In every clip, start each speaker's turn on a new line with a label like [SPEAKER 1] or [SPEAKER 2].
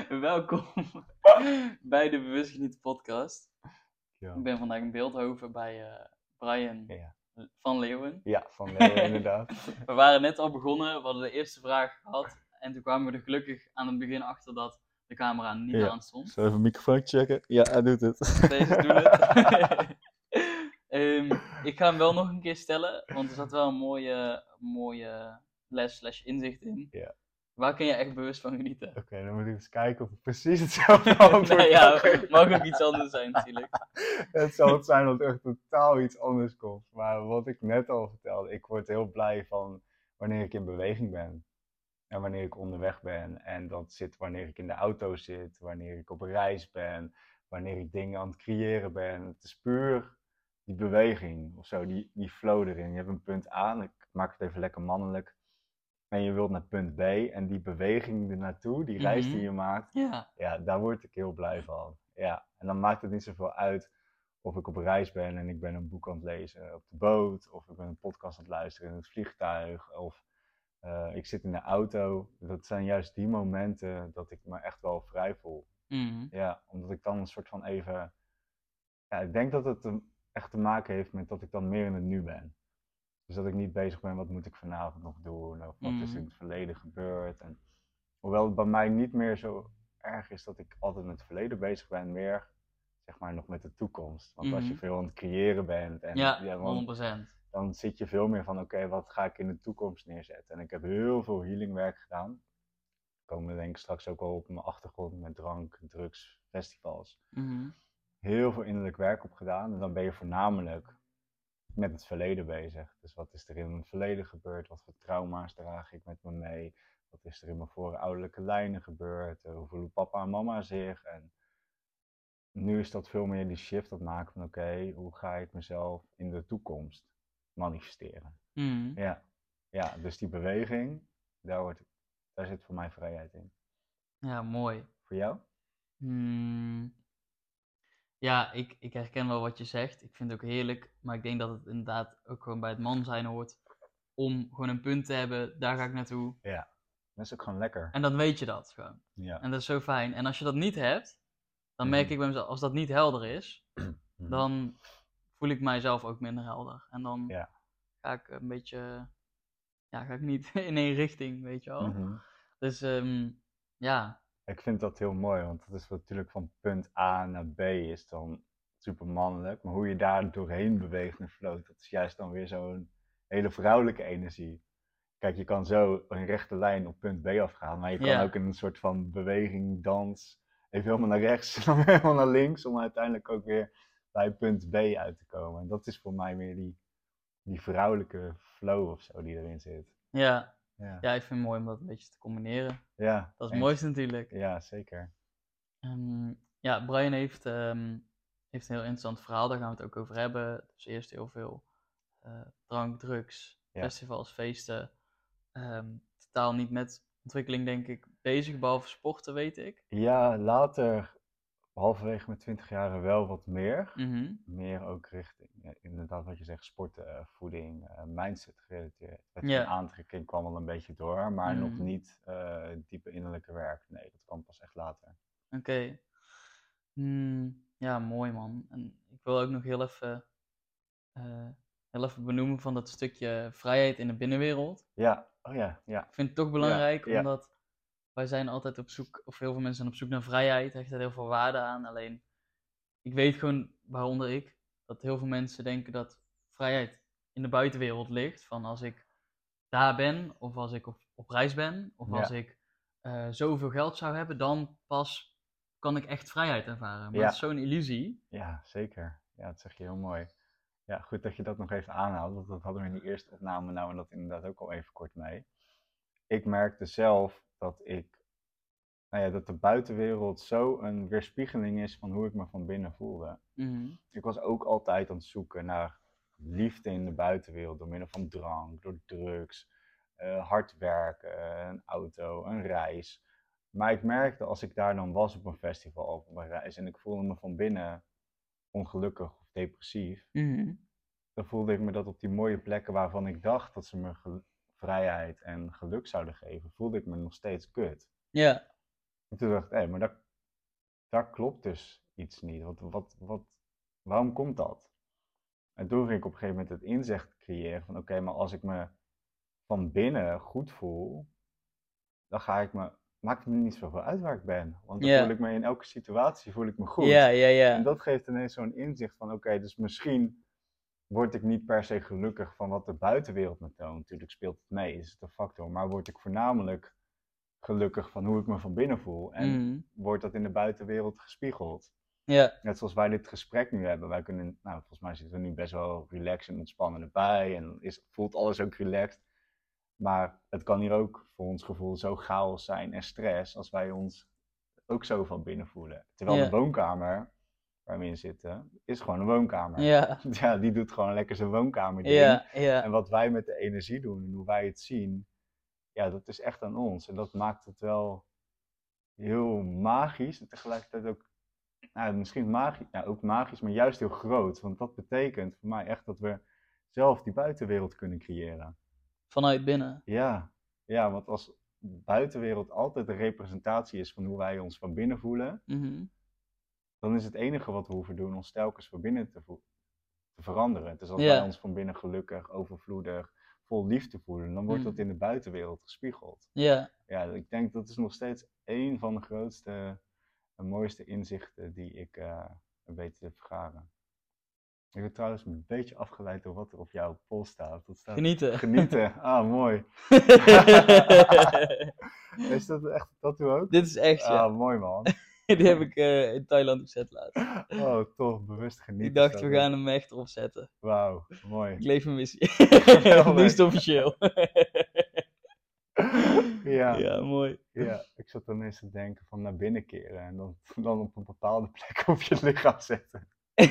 [SPEAKER 1] Welkom bij de Bewust Genieten podcast.
[SPEAKER 2] Ja.
[SPEAKER 1] Ik ben vandaag in Beeldhoven bij Brian
[SPEAKER 2] Ja.
[SPEAKER 1] van Leeuwen.
[SPEAKER 2] Ja, van Leeuwen inderdaad.
[SPEAKER 1] We waren net al begonnen, we hadden de eerste vraag gehad en toen kwamen we er gelukkig aan het begin achter dat de camera niet aan stond.
[SPEAKER 2] Zullen we even microfoon checken? Ja, hij doet het.
[SPEAKER 1] Deze doen het. Ik ga hem wel nog een keer stellen, want er zat wel een mooie les/inzicht in.
[SPEAKER 2] Ja.
[SPEAKER 1] Waar kun je echt bewust van genieten?
[SPEAKER 2] Oké, dan moet ik eens kijken of ik precies hetzelfde antwoord
[SPEAKER 1] Nou ja,
[SPEAKER 2] kan geven.
[SPEAKER 1] mag ook iets anders zijn natuurlijk.
[SPEAKER 2] Het zal het zijn dat er echt totaal iets anders komt. Maar wat ik net al vertelde, ik word heel blij van wanneer ik in beweging ben. En wanneer ik onderweg ben. En dat zit wanneer ik in de auto zit, wanneer ik op reis ben, wanneer ik dingen aan het creëren ben. Het is puur die beweging of zo, die flow erin. Je hebt een punt A, ik maak het even lekker mannelijk. En je wilt naar punt B en die beweging ernaartoe, die reis die je maakt, ja, daar word ik heel blij van. Ja, en dan maakt het niet zoveel uit of ik op reis ben en ik ben een boek aan het lezen op de boot, of ik ben een podcast aan het luisteren in het vliegtuig, of ik zit in de auto. Dat zijn juist die momenten dat ik me echt wel vrij voel. Ja, omdat ik dan een soort van even... Ja, ik denk dat het echt te maken heeft met dat ik dan meer in het nu ben. Dus dat ik niet bezig ben, wat moet ik vanavond nog doen? Of wat is in het verleden gebeurd? En, hoewel het bij mij niet meer zo erg is dat ik altijd met het verleden bezig ben, meer zeg maar nog met de toekomst. Want als je veel aan het creëren bent en
[SPEAKER 1] Ja, 100%.
[SPEAKER 2] dan zit je veel meer van oké, wat ga ik in de toekomst neerzetten? En ik heb heel veel healingwerk gedaan. Daar komen we denk ik straks ook wel op mijn achtergrond met drank, drugs, festivals. Heel veel innerlijk werk op gedaan. En dan ben je voornamelijk met het verleden bezig. Dus wat is er in het verleden gebeurd? Wat voor trauma's draag ik met me mee? Wat is er in mijn voorouderlijke lijnen gebeurd? Hoe voelen papa en mama zich? En nu is dat veel meer die shift dat maken van oké, hoe ga ik mezelf in de toekomst manifesteren? Ja, dus die beweging, daar zit voor mij vrijheid in.
[SPEAKER 1] Ja, mooi.
[SPEAKER 2] Voor jou?
[SPEAKER 1] Ja, ik herken wel wat je zegt. Ik vind het ook heerlijk. Maar ik denk dat het inderdaad ook gewoon bij het man zijn hoort. Om gewoon een punt te hebben, daar ga ik naartoe.
[SPEAKER 2] Ja, dat is ook gewoon lekker.
[SPEAKER 1] En dan weet je dat gewoon.
[SPEAKER 2] Ja.
[SPEAKER 1] En dat is zo fijn. En als je dat niet hebt, dan merk ik bij mezelf, als dat niet helder is, dan voel ik mijzelf ook minder helder. En dan ga ik een beetje, ga ik niet in één richting, weet je wel. Dus ja.
[SPEAKER 2] Ik vind dat heel mooi, want dat is natuurlijk van punt A naar B is dan super mannelijk. Maar hoe je daar doorheen beweegt en float, dat is juist dan weer zo'n hele vrouwelijke energie. Kijk, je kan zo een rechte lijn op punt B afgaan, maar je kan ook in een soort van beweging, dans, even helemaal naar rechts, dan helemaal naar links, om uiteindelijk ook weer bij punt B uit te komen. En dat is voor mij meer die vrouwelijke flow of zo die erin zit.
[SPEAKER 1] Ja, ik vind het mooi om dat een beetje te combineren.
[SPEAKER 2] Ja.
[SPEAKER 1] Dat is het mooiste natuurlijk.
[SPEAKER 2] Ja, zeker.
[SPEAKER 1] Brian heeft een heel interessant verhaal, daar gaan we het ook over hebben. Dus eerst heel veel drank, drugs, festivals, feesten. Totaal niet met ontwikkeling, denk ik, bezig, behalve sporten, weet ik.
[SPEAKER 2] Ja, later, halverwege mijn 20 jaar wel wat meer. Meer ook richting, inderdaad wat je zegt, sporten, voeding, mindset gerelateerd. Wet van aantrekking kwam al een beetje door, maar nog niet diepe innerlijke werk. Nee, dat kwam pas echt later.
[SPEAKER 1] Oké. Ja, mooi man. En ik wil ook nog heel even benoemen van dat stukje vrijheid in de binnenwereld.
[SPEAKER 2] Ja, oh ja.
[SPEAKER 1] Ik vind het toch belangrijk, omdat wij zijn altijd op zoek, of heel veel mensen zijn op zoek naar vrijheid, hechten er heel veel waarde aan. Alleen, ik weet gewoon, waaronder ik, dat heel veel mensen denken dat vrijheid in de buitenwereld ligt. Van als ik daar ben, of als ik op reis ben, of als ik zoveel geld zou hebben, dan pas kan ik echt vrijheid ervaren. Maar dat is zo'n illusie.
[SPEAKER 2] Ja, zeker. Ja, dat zeg je heel mooi. Ja, goed dat je dat nog even aanhaalt, want dat hadden we in die eerste opname nou en dat inderdaad ook al even kort mee. Ik merkte zelf dat dat de buitenwereld zo een weerspiegeling is van hoe ik me van binnen voelde. Ik was ook altijd aan het zoeken naar liefde in de buitenwereld door middel van drank, door drugs, hard werken, een auto, een reis. Maar ik merkte als ik daar dan was op een festival of op een reis en ik voelde me van binnen ongelukkig of depressief, dan voelde ik me dat op die mooie plekken waarvan ik dacht dat ze me vrijheid en geluk zouden geven, voelde ik me nog steeds kut.
[SPEAKER 1] Ja.
[SPEAKER 2] En toen dacht ik, hé, maar daar klopt dus iets niet. Waarom komt dat? En toen ging ik op een gegeven moment het inzicht creëren van oké, maar als ik me van binnen goed voel, dan maakt het me niet zoveel uit waar ik ben. Want dan voel
[SPEAKER 1] Ja,
[SPEAKER 2] ik me in elke situatie voel ik me
[SPEAKER 1] ja,
[SPEAKER 2] goed.
[SPEAKER 1] ja,
[SPEAKER 2] En
[SPEAKER 1] ja.
[SPEAKER 2] dat geeft ineens zo'n inzicht van oké, dus misschien word ik niet per se gelukkig van wat de buitenwereld me toont. Natuurlijk speelt het mee, is het een factor. Maar word ik voornamelijk gelukkig van hoe ik me van binnen voel. En
[SPEAKER 1] Mhm.
[SPEAKER 2] wordt dat in de buitenwereld gespiegeld.
[SPEAKER 1] Ja,
[SPEAKER 2] Net zoals wij dit gesprek nu hebben. Wij kunnen, nou, volgens mij zitten we nu best wel relaxed en ontspannen erbij. En voelt alles ook relaxed. Maar het kan hier ook voor ons gevoel zo chaos zijn en stress als wij ons ook zo van binnen voelen. Terwijl de
[SPEAKER 1] ja,
[SPEAKER 2] woonkamer waar we in zitten, is gewoon een woonkamer.
[SPEAKER 1] ja,
[SPEAKER 2] Ja, die doet gewoon lekker zijn woonkamerding.
[SPEAKER 1] ja,
[SPEAKER 2] En
[SPEAKER 1] ja.
[SPEAKER 2] wat wij met de energie doen en hoe wij het zien, ja, dat is echt aan ons. En dat maakt het wel heel magisch en tegelijkertijd ook, nou, misschien magisch, ja, ook magisch, maar juist heel groot. Want dat betekent voor mij echt dat we zelf die buitenwereld kunnen creëren.
[SPEAKER 1] Vanuit binnen.
[SPEAKER 2] Ja, ja, want als de buitenwereld altijd een representatie is van hoe wij ons van binnen voelen,
[SPEAKER 1] Mhm.
[SPEAKER 2] dan is het enige wat we hoeven doen ons telkens van binnen te veranderen. Dus als wij
[SPEAKER 1] Ja,
[SPEAKER 2] ons van binnen gelukkig, overvloedig, vol liefde voelen, dan wordt dat
[SPEAKER 1] mhm.
[SPEAKER 2] in de buitenwereld gespiegeld.
[SPEAKER 1] Ja.
[SPEAKER 2] Ja, ik denk dat is nog steeds één van de grootste en mooiste inzichten die ik weet te vergaren. Ik ben trouwens een beetje afgeleid door wat er op jouw post staat. Dat staat
[SPEAKER 1] Genieten.
[SPEAKER 2] genieten. Ah, mooi. Is dat echt een tattoo ook?
[SPEAKER 1] Dit is echt, ja.
[SPEAKER 2] Ah, mooi man.
[SPEAKER 1] Die heb ik in Thailand gezet laatst.
[SPEAKER 2] Oh, toch, bewust
[SPEAKER 1] Ik
[SPEAKER 2] genieten
[SPEAKER 1] dacht, we
[SPEAKER 2] staat er.
[SPEAKER 1] gaan hem echt erop zetten.
[SPEAKER 2] Wauw,
[SPEAKER 1] Ik
[SPEAKER 2] mooi.
[SPEAKER 1] leef mijn missie. Nu is
[SPEAKER 2] Geweldig.
[SPEAKER 1] het officieel.
[SPEAKER 2] Ja,
[SPEAKER 1] Ja, mooi.
[SPEAKER 2] ja, ik zat dan eens te denken van naar binnen keren en dan op een bepaalde plek op je lichaam zetten.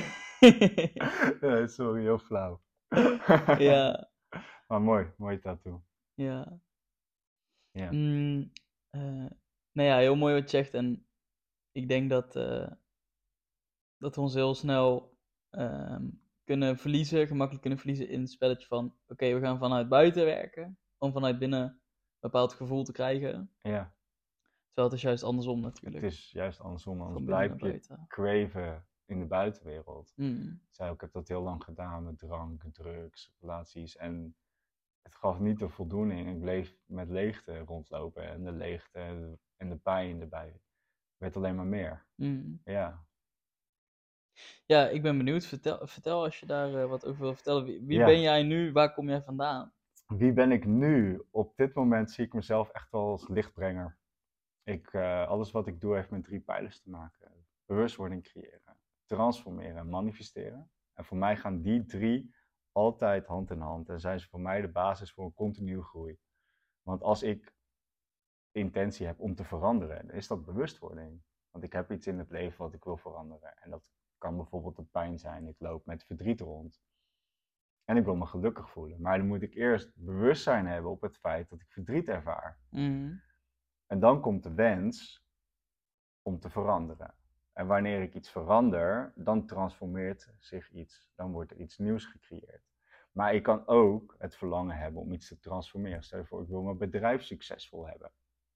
[SPEAKER 2] Sorry, heel flauw.
[SPEAKER 1] Ja,
[SPEAKER 2] Maar mooi, mooi tattoo.
[SPEAKER 1] ja.
[SPEAKER 2] Ja,
[SPEAKER 1] Mm, nou ja, heel mooi wat je zegt. En ik denk dat we ons heel snel ehm, gemakkelijk kunnen verliezen in het spelletje van: oké, we gaan vanuit buiten werken, om vanuit binnen een bepaald gevoel te krijgen.
[SPEAKER 2] ja,
[SPEAKER 1] Terwijl het is juist andersom
[SPEAKER 2] het
[SPEAKER 1] natuurlijk,
[SPEAKER 2] is juist andersom, anders
[SPEAKER 1] van binnen
[SPEAKER 2] blijf
[SPEAKER 1] naar
[SPEAKER 2] je
[SPEAKER 1] buiten.
[SPEAKER 2] craven in de buitenwereld.
[SPEAKER 1] Mm,
[SPEAKER 2] Ik zei ook, ik heb dat heel lang gedaan met drank, drugs, relaties en het gaf niet de voldoening. Ik bleef met leegte rondlopen en de leegte en de pijn erbij werd alleen maar meer.
[SPEAKER 1] mm.
[SPEAKER 2] Ja,
[SPEAKER 1] Ja, ik ben benieuwd. Vertel als je daar wat over wil vertellen. Wie ben
[SPEAKER 2] ja.
[SPEAKER 1] jij nu? Waar kom jij vandaan?
[SPEAKER 2] Wie ben ik nu? Op dit moment zie ik mezelf echt wel als lichtbrenger. Alles wat ik doe heeft met 3 pijlers te maken. Bewustwording creëren, transformeren en manifesteren. En voor mij gaan die 3 altijd hand in hand. En zijn ze voor mij de basis voor een continue groei. Want als ik intentie heb om te veranderen, dan is dat bewustwording. Want ik heb iets in het leven wat ik wil veranderen. En dat kan bijvoorbeeld de pijn zijn. Ik loop met verdriet rond. En ik wil me gelukkig voelen. Maar dan moet ik eerst bewustzijn hebben op het feit dat ik verdriet ervaar.
[SPEAKER 1] Mm,
[SPEAKER 2] En dan komt de wens om te veranderen. En wanneer ik iets verander, dan transformeert zich iets. Dan wordt er iets nieuws gecreëerd. Maar ik kan ook het verlangen hebben om iets te transformeren. Stel je voor, ik wil mijn bedrijf succesvol hebben.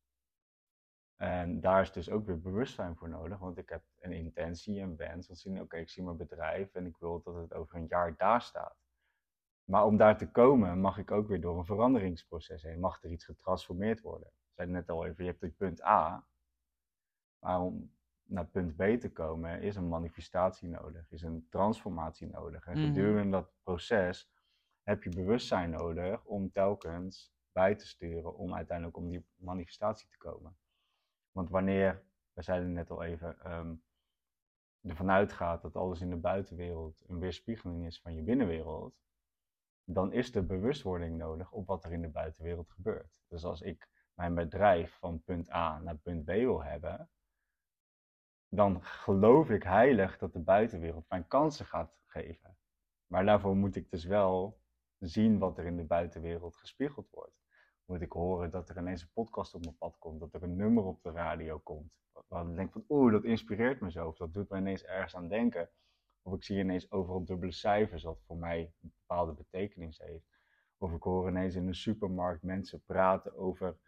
[SPEAKER 2] En daar is dus ook weer bewustzijn voor nodig, want ik heb een intentie, een wens. Oké, ik zie mijn bedrijf en ik wil dat het over een jaar daar staat. Maar om daar te komen mag ik ook weer door een veranderingsproces heen. Mag er iets getransformeerd worden. Ik zei net al even, je hebt het punt A. Maar om naar punt B te komen is een manifestatie nodig. Is een transformatie nodig. En
[SPEAKER 1] mhm,
[SPEAKER 2] gedurende dat proces heb je bewustzijn nodig om telkens bij te sturen. Om uiteindelijk om die manifestatie te komen. Want wanneer, we zeiden net al even, ervan uitgaat dat alles in de buitenwereld een weerspiegeling is van je binnenwereld, dan is er bewustwording nodig op wat er in de buitenwereld gebeurt. Dus als ik mijn bedrijf van punt A naar punt B wil hebben, dan geloof ik heilig dat de buitenwereld mij kansen gaat geven. Maar daarvoor moet ik dus wel zien wat er in de buitenwereld gespiegeld wordt. Moet ik horen dat er ineens een podcast op mijn pad komt, dat er een nummer op de radio komt. Waar ik denk van, oeh, dat inspireert me zo. Of dat doet me ineens ergens aan denken. Of ik zie ineens overal dubbele cijfers, wat voor mij een bepaalde betekenis heeft. Of ik hoor ineens in een supermarkt mensen praten over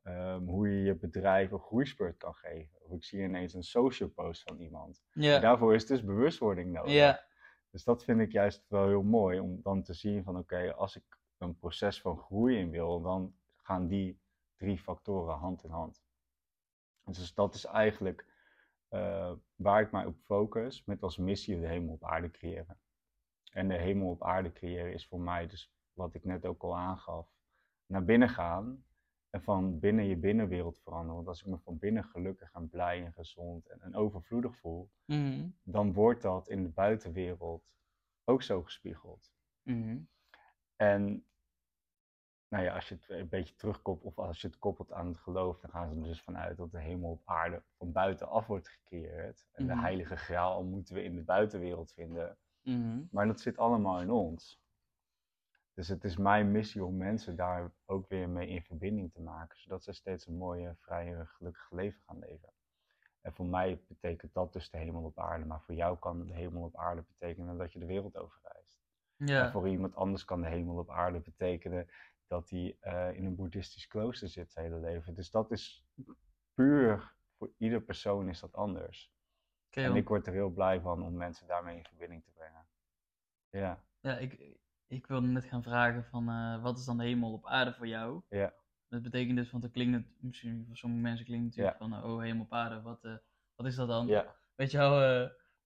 [SPEAKER 2] hoe je je bedrijf een groeispurt kan geven. Of ik zie ineens een social post van iemand.
[SPEAKER 1] Ja.
[SPEAKER 2] Maar daarvoor is dus bewustwording nodig.
[SPEAKER 1] Ja.
[SPEAKER 2] Dus dat vind ik juist wel heel mooi, om dan te zien van oké, als ik een proces van groei in wil, dan gaan die 3 factoren hand in hand. Dus dat is eigenlijk waar ik mij op focus, met als missie de hemel op aarde creëren. En de hemel op aarde creëren is voor mij dus, wat ik net ook al aangaf, naar binnen gaan en van binnen je binnenwereld veranderen. Want als ik me van binnen gelukkig en blij en gezond en overvloedig voel, dan wordt dat in de buitenwereld ook zo gespiegeld. En nou ja, als je het een beetje terugkoppelt, of als je het koppelt aan het geloof, dan gaan ze er dus vanuit dat de hemel op aarde van buitenaf wordt gecreëerd. En de heilige graal moeten we in de buitenwereld vinden. Maar dat zit allemaal in ons. Dus het is mijn missie om mensen daar ook weer mee in verbinding te maken, zodat ze steeds een mooie, vrije, gelukkig leven gaan leven. En voor mij betekent dat dus de hemel op aarde, maar voor jou kan de hemel op aarde betekenen dat je de wereld overreist.
[SPEAKER 1] Ja.
[SPEAKER 2] En voor iemand anders kan de hemel op aarde betekenen dat hij in een boeddhistisch klooster zit zijn hele leven. Dus dat is puur, voor ieder persoon is dat anders. En ik word er heel blij van om mensen daarmee in verbinding te brengen. Ja.
[SPEAKER 1] Ja, ik wilde net gaan vragen van wat is dan de hemel op aarde voor jou?
[SPEAKER 2] Ja.
[SPEAKER 1] Dat betekent dus, want het klinkt misschien voor sommige mensen klinkt het natuurlijk van oh, hemel op aarde, wat is dat dan?
[SPEAKER 2] Ja.
[SPEAKER 1] Weet je wel,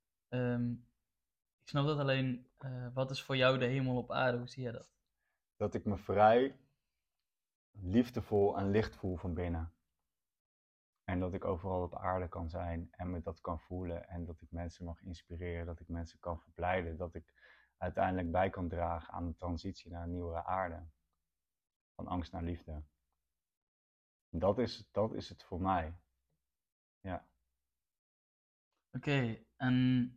[SPEAKER 1] ik snap dat, alleen wat is voor jou de hemel op aarde? Hoe zie jij dat?
[SPEAKER 2] Dat ik me vrij, liefdevol en licht voel van binnen. En dat ik overal op aarde kan zijn en me dat kan voelen. En dat ik mensen mag inspireren, dat ik mensen kan verblijden. Dat ik uiteindelijk bij kan dragen aan de transitie naar een nieuwere aarde. Van angst naar liefde. Dat is het voor mij. Ja.
[SPEAKER 1] Oké, en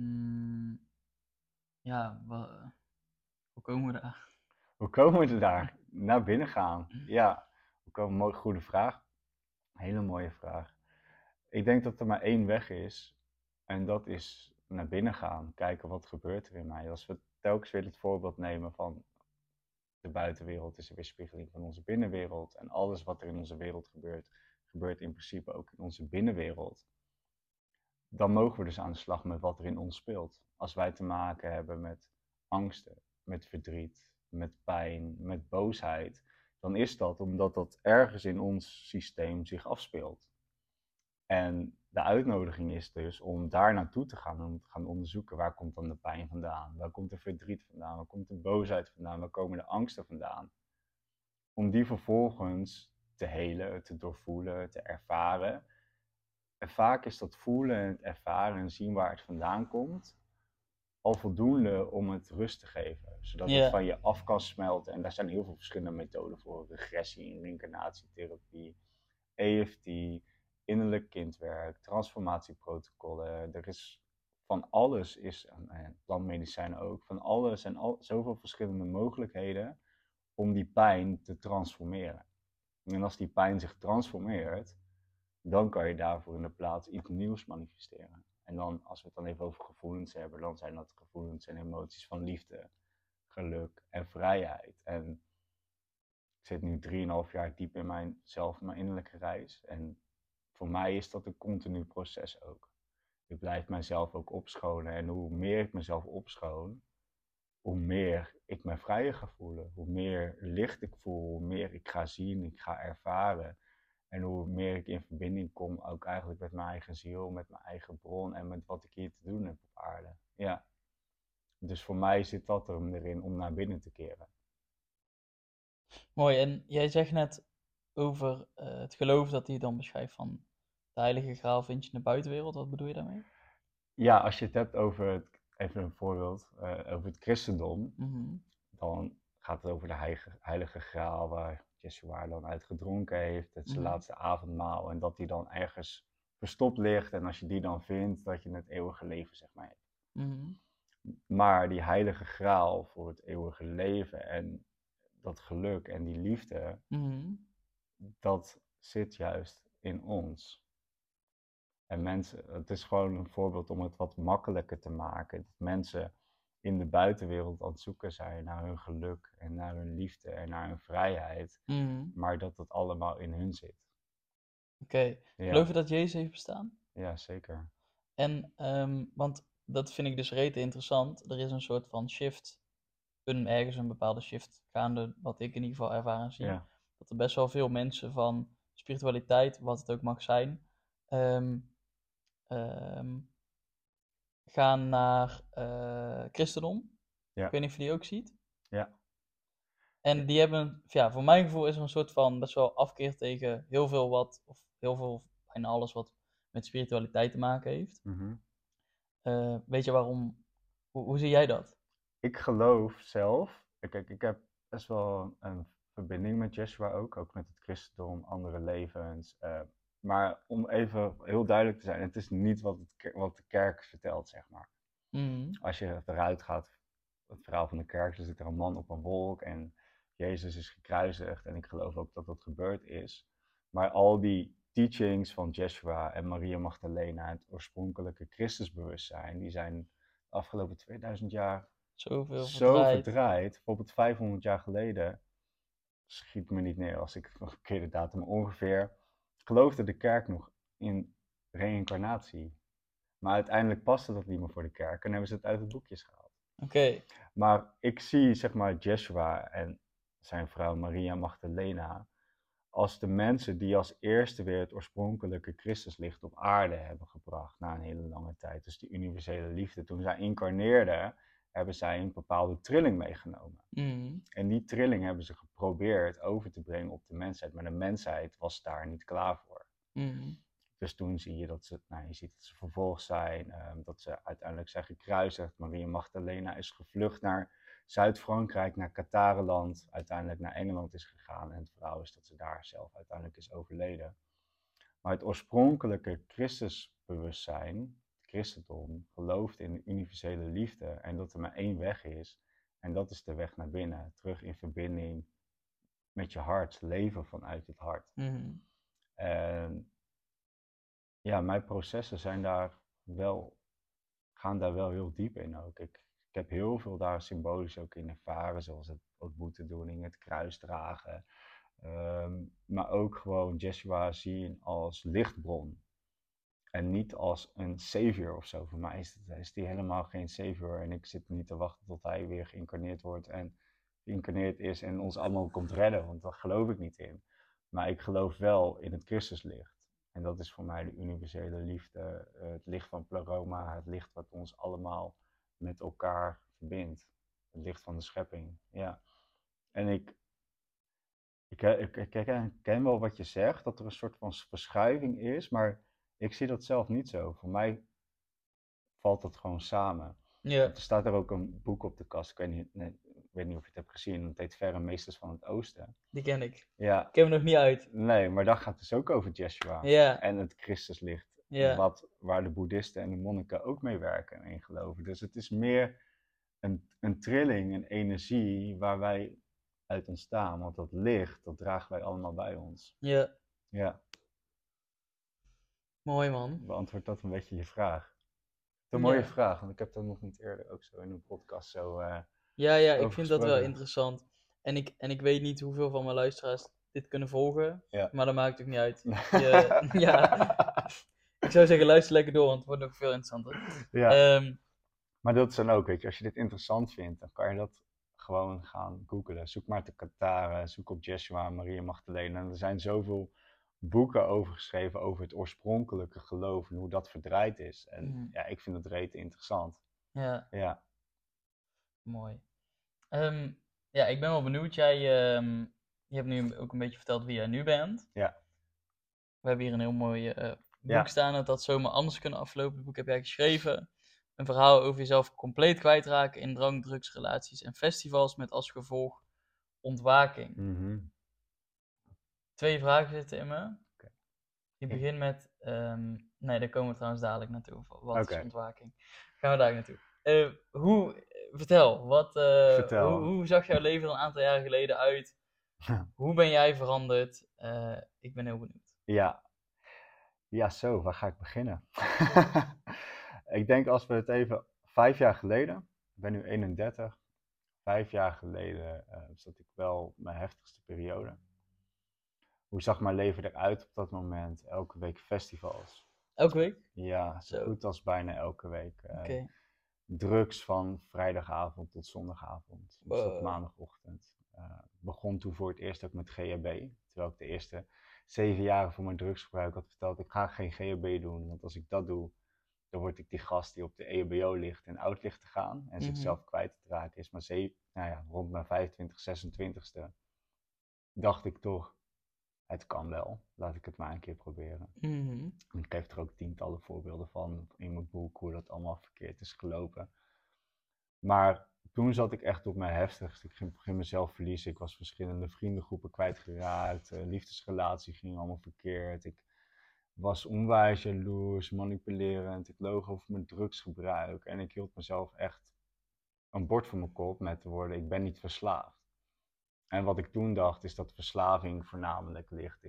[SPEAKER 1] ja, hoe komen we daar?
[SPEAKER 2] Hoe komen we er daar? Naar binnen gaan. Ja, goede vraag. Hele mooie vraag. Ik denk dat er maar één weg is. En dat is naar binnen gaan. Kijken wat gebeurt er in mij. Als we telkens weer het voorbeeld nemen van de buitenwereld is een weerspiegeling van onze binnenwereld. En alles wat er in onze wereld gebeurt, gebeurt in principe ook in onze binnenwereld. Dan mogen we dus aan de slag met wat er in ons speelt. Als wij te maken hebben met angsten, met verdriet, met pijn, met boosheid, dan is dat omdat dat ergens in ons systeem zich afspeelt. En de uitnodiging is dus om daar naartoe te gaan, om te gaan onderzoeken waar komt dan de pijn vandaan, waar komt de verdriet vandaan, waar komt de boosheid vandaan, waar komen de angsten vandaan. Om die vervolgens te helen, te doorvoelen, te ervaren. En vaak is dat voelen en het ervaren en zien waar het vandaan komt, al voldoende om het rust te geven. Zodat het van je af kan smelten. En daar zijn heel veel verschillende methoden voor. Regressie, reïncarnatietherapie, EFT, innerlijk kindwerk, transformatieprotocollen. Er is van alles, en plantmedicijnen ook, van alles en zoveel verschillende mogelijkheden om die pijn te transformeren. En als die pijn zich transformeert, dan kan je daarvoor in de plaats iets nieuws manifesteren. En dan, als we het dan even over gevoelens hebben, dan zijn dat gevoelens en emoties van liefde, geluk en vrijheid. En ik zit nu 3,5 jaar diep in mijn innerlijke reis. En voor mij is dat een continu proces ook. Ik blijf mijzelf ook opscholen. En hoe meer ik mezelf opschoon, hoe meer ik me vrijer ga voelen. Hoe meer licht ik voel, hoe meer ik ga zien, ik ga ervaren. En hoe meer ik in verbinding kom, ook eigenlijk met mijn eigen ziel, met mijn eigen bron en met wat ik hier te doen heb op aarde. Ja. Dus voor mij zit dat erin om naar binnen te keren.
[SPEAKER 1] Mooi, en jij zegt net over het geloof dat hij dan beschrijft van de heilige graal vind je in de buitenwereld. Wat bedoel je daarmee?
[SPEAKER 2] Ja, als je het hebt over, even een voorbeeld, over het christendom, dan gaat het over de heilige graal waar Yeshua dan uit gedronken heeft, het zijn laatste avondmaal, en dat die dan ergens verstopt ligt en als je die dan vindt, dat je het eeuwige leven zeg maar hebt. Maar die heilige graal voor het eeuwige leven en dat geluk en die liefde, dat zit juist in ons. En mensen, het is gewoon een voorbeeld om het wat makkelijker te maken. Dat mensen in de buitenwereld aan het zoeken zijn naar hun geluk en naar hun liefde en naar hun vrijheid, maar dat het allemaal in hun zit.
[SPEAKER 1] Oké. Geloof je dat Jezus heeft bestaan?
[SPEAKER 2] Ja, zeker.
[SPEAKER 1] En, want dat vind ik dus rete interessant. Er is een soort van shift, ergens een bepaalde shift gaande, wat ik in ieder geval ervaar en zie.
[SPEAKER 2] Ja.
[SPEAKER 1] Dat er best wel veel mensen van spiritualiteit, wat het ook mag zijn, ehm, ehm, gaan naar christendom.
[SPEAKER 2] Ja.
[SPEAKER 1] Ik weet niet of je die ook ziet.
[SPEAKER 2] Ja.
[SPEAKER 1] En die hebben, ja, voor mijn gevoel is er een soort van best wel afkeer tegen heel veel wat, of heel veel, bijna alles wat met spiritualiteit te maken heeft.
[SPEAKER 2] Mhm.
[SPEAKER 1] Weet je waarom? Hoe zie jij dat?
[SPEAKER 2] Ik geloof zelf, kijk, ik heb best wel een verbinding met Yeshua ook met het christendom, andere levens. Maar om even heel duidelijk te zijn, het is niet wat de kerk vertelt, zeg maar. Als je eruit gaat, het verhaal van de kerk, dan zit er een man op een wolk en Jezus is gekruisigd en ik geloof ook dat dat gebeurd is. Maar al die teachings van Yeshua en Maria Magdalena, het oorspronkelijke Christusbewustzijn, die zijn de afgelopen 2000 jaar
[SPEAKER 1] Zoveel
[SPEAKER 2] zo
[SPEAKER 1] verdraaid.
[SPEAKER 2] verdraaid. Bijvoorbeeld 500 jaar geleden, schiet me niet neer als ik nog een keer de datum ongeveer, geloofde de kerk nog in reïncarnatie. Maar uiteindelijk paste dat niet meer voor de kerk en hebben ze het uit het boekjes gehaald.
[SPEAKER 1] Oké.
[SPEAKER 2] Maar ik zie, zeg maar, Yeshua en zijn vrouw Maria Magdalena als de mensen die als eerste weer het oorspronkelijke Christuslicht op aarde hebben gebracht na een hele lange tijd. Dus die universele liefde. Toen zij incarneerden, hebben zij een bepaalde trilling meegenomen. En die trilling hebben ze geprobeerd over te brengen op de mensheid. Maar de mensheid was daar niet klaar voor. Dus toen zie je dat ze, je ziet dat ze vervolgd zijn, dat ze uiteindelijk zijn gekruisigd. Maria Magdalena is gevlucht naar Zuid-Frankrijk, naar Katarenland, uiteindelijk naar Engeland is gegaan. En het verhaal is dat ze daar zelf uiteindelijk is overleden. Maar het oorspronkelijke Christusbewustzijn, het christendom, gelooft in de universele liefde en dat er maar één weg is. En dat is de weg naar binnen, terug in verbinding met je hart, leven vanuit het hart. En ja, mijn processen gaan daar wel heel diep in ook. Ik heb heel veel daar symbolisch ook in ervaren, zoals het boetedoening, het kruis dragen. Maar ook gewoon Yeshua zien als lichtbron. En niet als een savior of zo. Voor mij is die helemaal geen savior. En ik zit niet te wachten tot hij weer geïncarneerd wordt en geïncarneerd is en ons allemaal komt redden. Want daar geloof ik niet in. Maar ik geloof wel in het Christuslicht. En dat is voor mij de universele liefde. Het licht van Pleroma. Het licht wat ons allemaal met elkaar verbindt. Het licht van de schepping. Ja. En ik ken wel wat je zegt. Dat er een soort van verschuiving is. Maar ik zie dat zelf niet zo. Voor mij valt dat gewoon samen.
[SPEAKER 1] Ja.
[SPEAKER 2] Er staat er ook een boek op de kast. Ik weet niet of je het hebt gezien. Het heet Verre Meesters van het Oosten.
[SPEAKER 1] Die ken ik.
[SPEAKER 2] Ja.
[SPEAKER 1] Ik heb hem nog niet uit.
[SPEAKER 2] Nee, maar dat gaat dus ook over Yeshua.
[SPEAKER 1] Ja.
[SPEAKER 2] En het Christuslicht.
[SPEAKER 1] Ja.
[SPEAKER 2] Waar de boeddhisten en de monniken ook mee werken en in geloven. Dus het is meer een trilling, een energie waar wij uit ontstaan. Want dat licht, dat dragen wij allemaal bij ons.
[SPEAKER 1] Ja.
[SPEAKER 2] Ja.
[SPEAKER 1] Mooi man.
[SPEAKER 2] Beantwoordt dat een beetje je vraag? Een mooie vraag, want ik heb dat nog niet eerder ook zo in een podcast zo
[SPEAKER 1] Ja, ik vind
[SPEAKER 2] gesproken.
[SPEAKER 1] dat wel interessant. En ik weet niet hoeveel van mijn luisteraars dit kunnen volgen, maar dat maakt ook niet uit. Ik zou zeggen, luister lekker door, want het wordt nog veel interessanter.
[SPEAKER 2] Ja. Maar dat is dan ook, weet je, als je dit interessant vindt, dan kan je dat gewoon gaan googlen. Zoek maar te Kataren, zoek op Yeshua, Maria Magdalena. En er zijn zoveel boeken over geschreven over het oorspronkelijke geloof en hoe dat verdraaid is. En ja, ik vind het rete interessant. Ja.
[SPEAKER 1] Mooi. Ja, ik ben wel benieuwd. Je hebt nu ook een beetje verteld wie jij nu bent.
[SPEAKER 2] Ja.
[SPEAKER 1] We hebben hier een heel mooi boek staan. Het had zomaar anders kunnen aflopen. Het boek heb jij geschreven. Een verhaal over jezelf compleet kwijtraken in drank, drugs, relaties en festivals met als gevolg ontwaking. 2 vragen zitten in me. Je begint met, nee, daar komen we trouwens dadelijk naartoe. Wat is ontwaking? Gaan we daar naartoe. Vertel, hoe zag jouw leven er een aantal jaren geleden uit? Hoe ben jij veranderd? Ik ben heel benieuwd.
[SPEAKER 2] Ja, waar ga ik beginnen? Ik denk als we het even 5 jaar geleden, ben nu 31. 5 jaar geleden zat ik wel mijn heftigste periode. Hoe zag mijn leven eruit op dat moment? Elke week festivals.
[SPEAKER 1] Elke week?
[SPEAKER 2] Ja, zo
[SPEAKER 1] Zo.
[SPEAKER 2] goed als bijna elke week.
[SPEAKER 1] Oké.
[SPEAKER 2] Drugs van vrijdagavond tot zondagavond. Of tot
[SPEAKER 1] Wow.
[SPEAKER 2] maandagochtend. Begon toen voor het eerst ook met GHB. Terwijl ik de eerste 7 jaren voor mijn drugsgebruik had verteld, ik ga geen GHB doen. Want als ik dat doe, dan word ik die gast die op de EHBO ligt en oud ligt te gaan. En zichzelf kwijt te raken is. Maar rond mijn 25, 26ste dacht ik toch, het kan wel. Laat ik het maar een keer proberen.
[SPEAKER 1] Mhm.
[SPEAKER 2] Ik geef er ook tientallen voorbeelden van in mijn boek, hoe dat allemaal verkeerd is gelopen. Maar toen zat ik echt op mijn heftigst. Ik ging mezelf verliezen. Ik was verschillende vriendengroepen kwijtgeraakt. Liefdesrelatie ging allemaal verkeerd. Ik was onwijs jaloers, manipulerend. Ik loog over mijn drugsgebruik. En ik hield mezelf echt een bord voor mijn kop met de woorden, ik ben niet verslaafd. En wat ik toen dacht, is dat verslaving voornamelijk ligt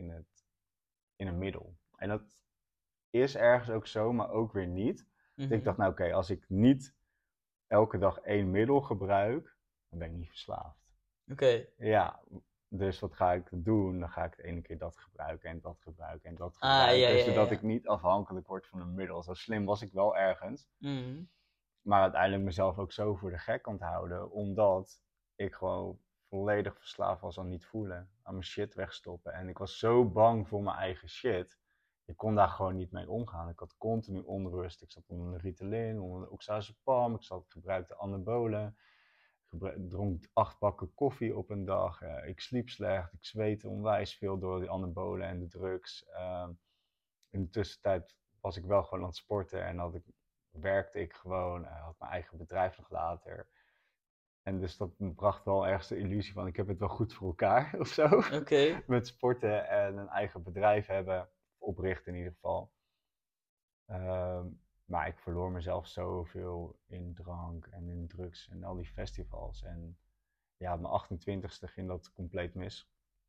[SPEAKER 2] in een middel. En dat is ergens ook zo, maar ook weer niet. Dus ik dacht, nou oké, als ik niet elke dag 1 middel gebruik, dan ben ik niet verslaafd.
[SPEAKER 1] Oké.
[SPEAKER 2] Ja, dus wat ga ik doen? Dan ga ik de ene keer dat gebruiken en dat gebruiken en dat
[SPEAKER 1] Ah,
[SPEAKER 2] gebruiken.
[SPEAKER 1] ja,
[SPEAKER 2] Zodat
[SPEAKER 1] ja.
[SPEAKER 2] ik niet afhankelijk word van een middel. Zo slim was ik wel ergens.
[SPEAKER 1] Mhm.
[SPEAKER 2] Maar uiteindelijk mezelf ook zo voor de gek kan houden. Omdat ik gewoon volledig verslaafd was aan niet voelen. Aan mijn shit wegstoppen. En ik was zo bang voor mijn eigen shit. Ik kon daar gewoon niet mee omgaan. Ik had continu onrust. Ik zat onder de Ritalin, onder de oxazepam. Ik gebruikte anabolen. Dronk 8 bakken koffie op een dag. Ik sliep slecht. Ik zweette onwijs veel door die anabolen en de drugs. In de tussentijd was ik wel gewoon aan het sporten. En werkte ik gewoon. Had mijn eigen bedrijf nog later. En dus dat bracht wel ergens de illusie van ik heb het wel goed voor elkaar of zo.
[SPEAKER 1] Oké.
[SPEAKER 2] Met sporten en een eigen bedrijf hebben. Oprichten in ieder geval. Maar ik verloor mezelf zoveel in drank en in drugs en al die festivals. En ja, op mijn 28ste ging dat compleet mis.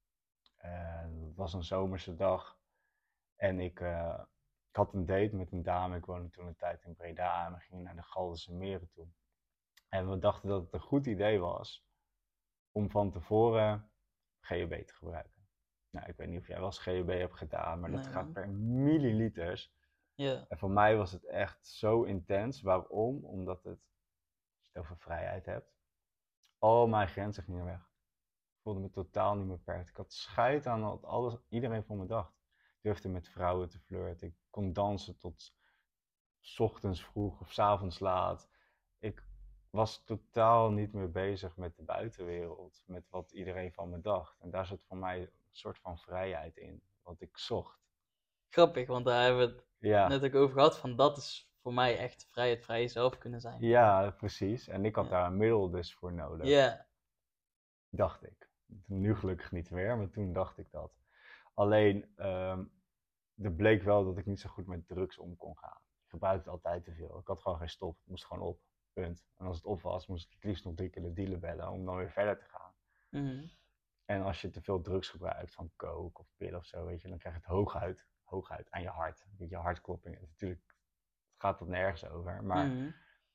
[SPEAKER 2] Het was een zomerse dag. En ik had een date met een dame. Ik woonde toen een tijd in Breda en we gingen naar de Galdense Meren toe. En we dachten dat het een goed idee was om van tevoren GHB te gebruiken. Nou, ik weet niet of jij wel eens GHB hebt gedaan, maar dat
[SPEAKER 1] Nee,
[SPEAKER 2] gaat
[SPEAKER 1] man.
[SPEAKER 2] per milliliters.
[SPEAKER 1] Ja.
[SPEAKER 2] En voor mij was het echt zo intens. Waarom? Omdat als je het over vrijheid hebt, al mijn grenzen gingen weg. Ik voelde me totaal niet meer beperkt. Ik had scheid aan wat iedereen van me dacht. Ik durfde met vrouwen te flirten. Ik kon dansen tot 's ochtends vroeg of 's avonds laat. Ik was totaal niet meer bezig met de buitenwereld, met wat iedereen van me dacht. En daar zat voor mij een soort van vrijheid in, wat ik zocht.
[SPEAKER 1] Grappig, want daar hebben we het
[SPEAKER 2] Ja,
[SPEAKER 1] net ook over gehad. Van dat is voor mij echt vrijheid, vrij jezelf kunnen zijn.
[SPEAKER 2] ja, precies. En ik had
[SPEAKER 1] Ja.
[SPEAKER 2] daar een middel dus voor nodig,
[SPEAKER 1] Ja.
[SPEAKER 2] dacht ik. Nu gelukkig niet meer, maar toen dacht ik dat. Alleen, er bleek wel dat ik niet zo goed met drugs om kon gaan. Ik gebruikte altijd te veel. Ik had gewoon geen stop. Het moest gewoon op. Punt. En als het op was, moest ik het liefst nog 3 keer de dealer bellen om dan weer verder te gaan.
[SPEAKER 1] Mhm.
[SPEAKER 2] En als je te veel drugs gebruikt, van coke of pillen of zo, weet je, dan krijg je het hooguit aan je hart. Je hartklopping. Natuurlijk gaat dat nergens over, maar
[SPEAKER 1] Mhm.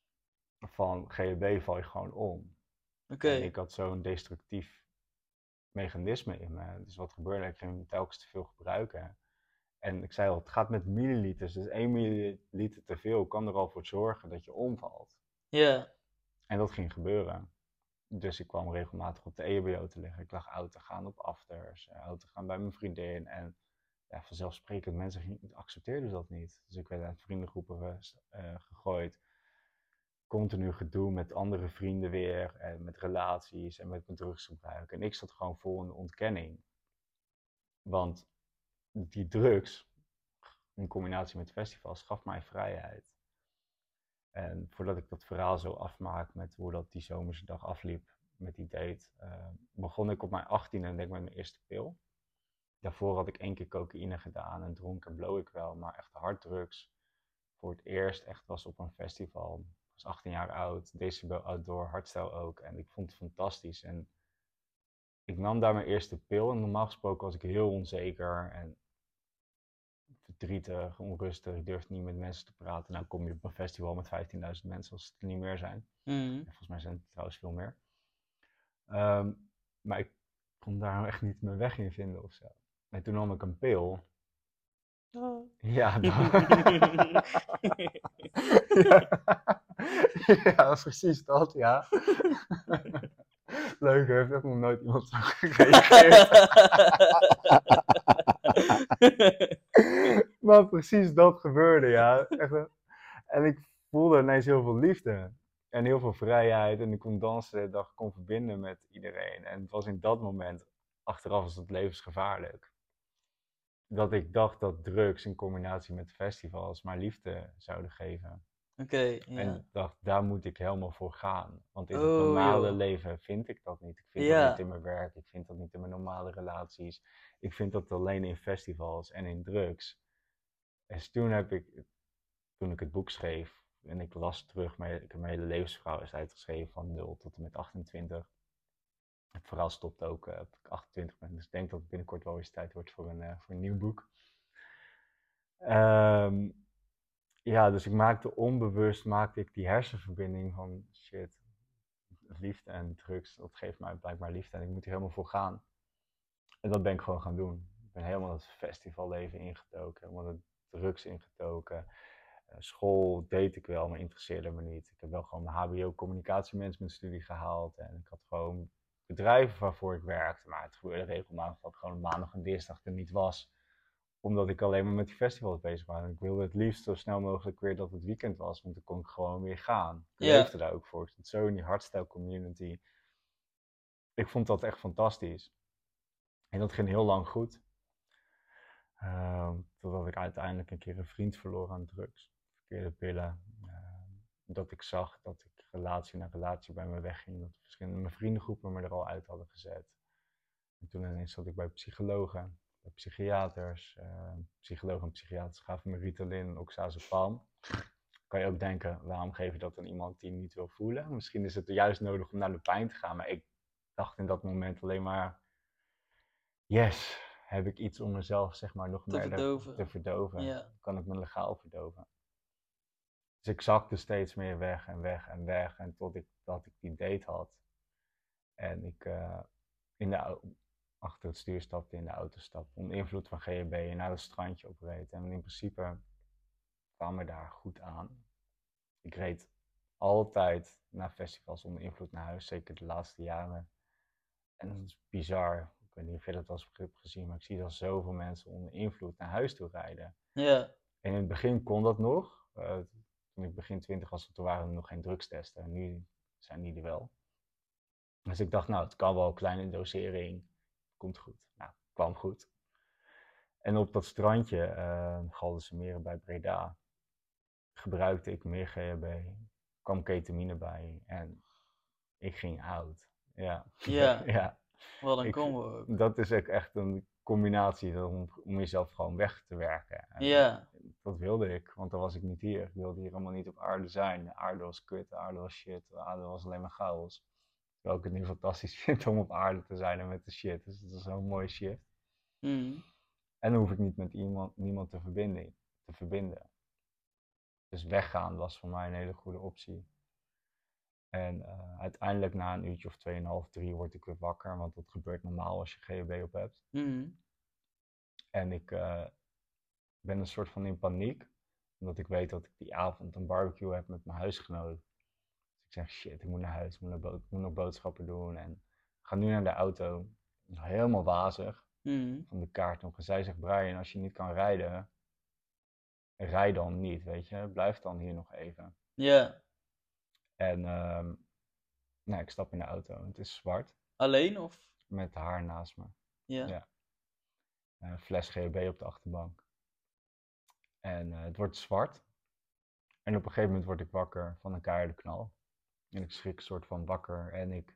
[SPEAKER 2] van GHB val je gewoon om.
[SPEAKER 1] Oké.
[SPEAKER 2] En ik had zo'n destructief mechanisme in me. Dus wat gebeurde? Ik ging telkens te veel gebruiken. En ik zei al, het gaat met milliliters. Dus 1 milliliter te veel kan er al voor zorgen dat je omvalt.
[SPEAKER 1] Ja.
[SPEAKER 2] En dat ging gebeuren. Dus ik kwam regelmatig op de EHBO te liggen. Ik lag uit te gaan op afters, uit te gaan bij mijn vriendin. En ja, vanzelfsprekend, mensen accepteerden dat niet. Dus ik werd uit vriendengroepen gegooid. Continu gedoe met andere vrienden weer. En met relaties en met mijn drugsgebruik. En ik zat gewoon vol in de ontkenning. Want die drugs, in combinatie met festivals, gaf mij vrijheid. En voordat ik dat verhaal zo afmaak met hoe dat die zomerse dag afliep met die date, begon ik op mijn 18e denk ik met mijn eerste pil. Daarvoor had ik 1 keer cocaïne gedaan en dronk en blow ik wel, maar echt harddrugs. Voor het eerst echt was op een festival. Ik was 18 jaar oud, Decibel Outdoor, hardstyle ook. En ik vond het fantastisch. En ik nam daar mijn eerste pil en normaal gesproken was ik heel onzeker en verdrietig, onrustig, ik durfde niet met mensen te praten. Nou kom je op een festival met 15.000 mensen als het er niet meer zijn.
[SPEAKER 1] Mhm.
[SPEAKER 2] En volgens mij zijn het trouwens veel meer. Ehm, maar ik kon daar echt niet mijn weg in vinden of zo. En toen nam ik een pil. Ja, ja. Ja, dat is precies dat, ja. Leuk, er heeft echt nog nooit iemand zo gereageerd. Maar precies dat gebeurde, ja. Echt, en ik voelde ineens heel veel liefde. En heel veel vrijheid. En ik kon dansen de hele dag, ik kon verbinden met iedereen. En het was in dat moment, achteraf was het levensgevaarlijk. Dat ik dacht dat drugs in combinatie met festivals maar liefde zouden geven.
[SPEAKER 1] Oké,
[SPEAKER 2] En
[SPEAKER 1] ja.
[SPEAKER 2] ik dacht, daar moet ik helemaal voor gaan. Want in het
[SPEAKER 1] Oh,
[SPEAKER 2] normale
[SPEAKER 1] joh.
[SPEAKER 2] leven vind ik dat niet. Ik vind dat niet
[SPEAKER 1] Ja.
[SPEAKER 2] in mijn werk, ik vind dat niet in mijn normale relaties. Ik vind dat alleen in festivals en in drugs. En toen ik het boek schreef en ik las terug, maar ik heb mijn hele levensverhaal is uitgeschreven van 0 tot en met 28. Het verhaal stopt ook op ik 28 ben, dus ik denk dat het binnenkort wel eens tijd wordt voor een nieuw boek. Ehm, ja, dus onbewust maakte ik die hersenverbinding van shit, liefde en drugs, dat geeft mij blijkbaar liefde en ik moet er helemaal voor gaan. En dat ben ik gewoon gaan doen. Ik ben helemaal het festivalleven ingetoken, helemaal de drugs ingetoken. School deed ik wel, maar interesseerde me niet. Ik heb wel gewoon mijn HBO communicatiemanagement studie gehaald en ik had gewoon bedrijven waarvoor ik werkte, maar het gebeurde regelmatig dat ik gewoon maandag en dinsdag er niet was, omdat ik alleen maar met die festivals bezig was. En ik wilde het liefst zo snel mogelijk weer dat het weekend was, want dan kon ik gewoon weer gaan. Ik
[SPEAKER 1] Ja.
[SPEAKER 2] leefde daar ook voor. Ik zat zo in die hardstyle community. Ik vond dat echt fantastisch. En dat ging heel lang goed. Totdat ik uiteindelijk een keer een vriend verloor aan drugs. Verkeerde pillen. Dat ik zag dat ik relatie na relatie bij me wegging. Dat verschillende vriendengroepen me er al uit hadden gezet. En toen ineens zat ik bij psychologen, bij psychiaters. Psychologen en psychiaters gaven me Ritalin en oxazepam. Kan je ook denken, waarom geef je dat aan iemand die niet wil voelen? Misschien is het juist nodig om naar de pijn te gaan. Maar ik dacht in dat moment alleen maar, yes, heb ik iets om mezelf zeg maar nog
[SPEAKER 1] Te
[SPEAKER 2] meer
[SPEAKER 1] verdoven.
[SPEAKER 2] te verdoven.
[SPEAKER 1] Ja.
[SPEAKER 2] Kan ik me legaal verdoven. Dus ik zakte steeds meer weg en weg en weg. En dat ik die date had. En ik achter het stuur stapte, in de auto stapte. Onder invloed van GHB en naar het strandje opreed. En in principe kwam me daar goed aan. Ik reed altijd naar festivals onder invloed naar huis. Zeker de laatste jaren. En dat is bizar. Ik weet niet of je dat als begrip gezien, maar ik zie dat zoveel mensen onder invloed naar huis toe rijden.
[SPEAKER 1] Ja.
[SPEAKER 2] En in het begin kon dat nog. Toen ik begin 20 was, toen waren er nog geen drugstesten. En nu zijn die er wel. Dus ik dacht, nou, het kan wel, kleine dosering. Komt goed. Nou, kwam goed. En op dat strandje, Galdense Meren bij Breda, gebruikte ik meer GHB. Kwam ketamine bij en ik ging oud. Ja.
[SPEAKER 1] Ja.
[SPEAKER 2] Ja.
[SPEAKER 1] Wat een combo ook.
[SPEAKER 2] Dat is ook echt een combinatie om jezelf gewoon weg te werken. En
[SPEAKER 1] Ja.
[SPEAKER 2] dat wilde ik, want dan was ik niet hier. Ik wilde hier helemaal niet op aarde zijn. De aarde was kut, de aarde was shit, de aarde was alleen maar chaos. Terwijl ik het nu fantastisch vind om op aarde te zijn en met de shit. Dus dat is zo'n mooie shift.
[SPEAKER 1] Mhm.
[SPEAKER 2] En dan hoef ik niet met niemand te verbinden. Dus weggaan was voor mij een hele goede optie. En uiteindelijk na een uurtje of 2,5, 3 word ik weer wakker. Want dat gebeurt normaal als je GHB op hebt.
[SPEAKER 1] Mhm.
[SPEAKER 2] En ik ben een soort van in paniek. Omdat ik weet dat ik die avond een barbecue heb met mijn huisgenoot. Dus ik zeg shit, ik moet naar huis, ik moet nog boodschappen doen. En ik ga nu naar de auto. Helemaal wazig.
[SPEAKER 1] Mhm.
[SPEAKER 2] Van de kaart nog. En zij zegt, Brian, als je niet kan rijden, rij dan niet, weet je. Blijf dan hier nog even.
[SPEAKER 1] Ja.
[SPEAKER 2] En nou, ik stap in de auto. Het is zwart.
[SPEAKER 1] Alleen of?
[SPEAKER 2] Met haar naast me.
[SPEAKER 1] Ja.
[SPEAKER 2] Ja. Een fles GHB op de achterbank. En het wordt zwart. En op een gegeven moment word ik wakker van een keiharde knal. En ik schrik een soort van wakker. En ik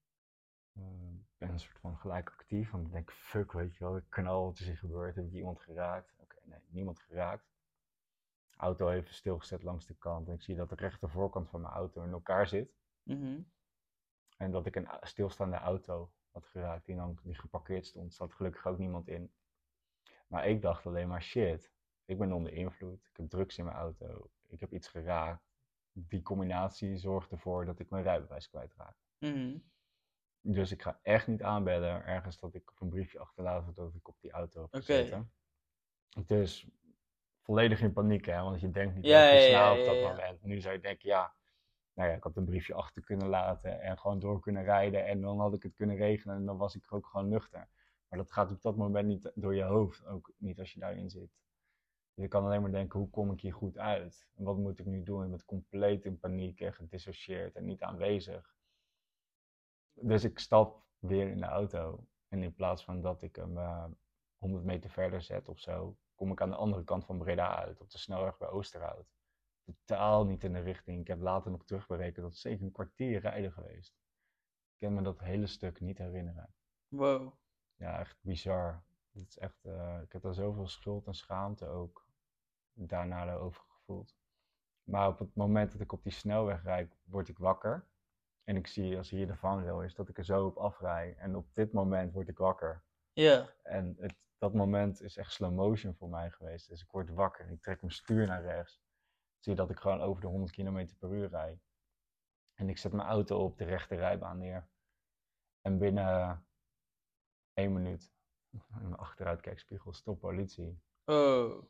[SPEAKER 2] ben een soort van gelijk actief. Want ik denk, fuck, weet je wel, een knal, wat is hier gebeurd? Heb ik iemand geraakt? Oké, nee, niemand geraakt. De auto even stilgezet langs de kant. En ik zie dat de rechter voorkant van mijn auto in elkaar zit.
[SPEAKER 1] Mhm.
[SPEAKER 2] En dat ik een stilstaande auto had geraakt die geparkeerd stond. Er zat gelukkig ook niemand in. Maar ik dacht alleen maar shit. ik ben onder invloed, ik heb drugs in mijn auto, ik heb iets geraakt. Die combinatie zorgt ervoor dat ik mijn rijbewijs kwijtraak.
[SPEAKER 1] Mhm.
[SPEAKER 2] Dus ik ga echt niet aanbellen ergens dat ik op een briefje achterlaat dat ik op die auto heb
[SPEAKER 1] Oké.
[SPEAKER 2] gezeten. Dus volledig in paniek, hè, want je denkt niet
[SPEAKER 1] Ja,
[SPEAKER 2] logisch
[SPEAKER 1] ja,
[SPEAKER 2] na
[SPEAKER 1] ja,
[SPEAKER 2] op dat
[SPEAKER 1] ja.
[SPEAKER 2] moment. Nu zou je denken, ja, nou ja, ik had een briefje achter kunnen laten en gewoon door kunnen rijden en dan had ik het kunnen regelen en dan was ik ook gewoon nuchter. Maar dat gaat op dat moment niet door je hoofd, ook niet als je daarin zit. Je kan alleen maar denken, hoe kom ik hier goed uit? En wat moet ik nu doen? Je bent compleet in paniek en gedissocieerd en niet aanwezig. Dus ik stap weer in de auto. En in plaats van dat ik hem 100 meter verder zet of zo, kom ik aan de andere kant van Breda uit, op de snelweg bij Oosterhout. Totaal niet in de richting. Ik heb later nog terugberekend, dat is zeker een kwartier rijden geweest. Ik kan me dat hele stuk niet herinneren.
[SPEAKER 1] Wow.
[SPEAKER 2] Ja, echt bizar. Het is echt, ik heb daar zoveel schuld en schaamte ook daarna over gevoeld. Maar op het moment dat ik op die snelweg rijd, word ik wakker. En ik zie, als hier de vangrail is, dat ik er zo op afrij. En op dit moment word ik wakker.
[SPEAKER 1] Ja.
[SPEAKER 2] En dat moment is echt slow motion voor mij geweest. Dus ik word wakker en ik trek mijn stuur naar rechts. Zie dat ik gewoon over de 100 km per uur rijd. En ik zet mijn auto op de rechte rijbaan neer. En binnen 1 minuut, in mijn achteruitkijkspiegel, stopt politie.
[SPEAKER 1] Oh.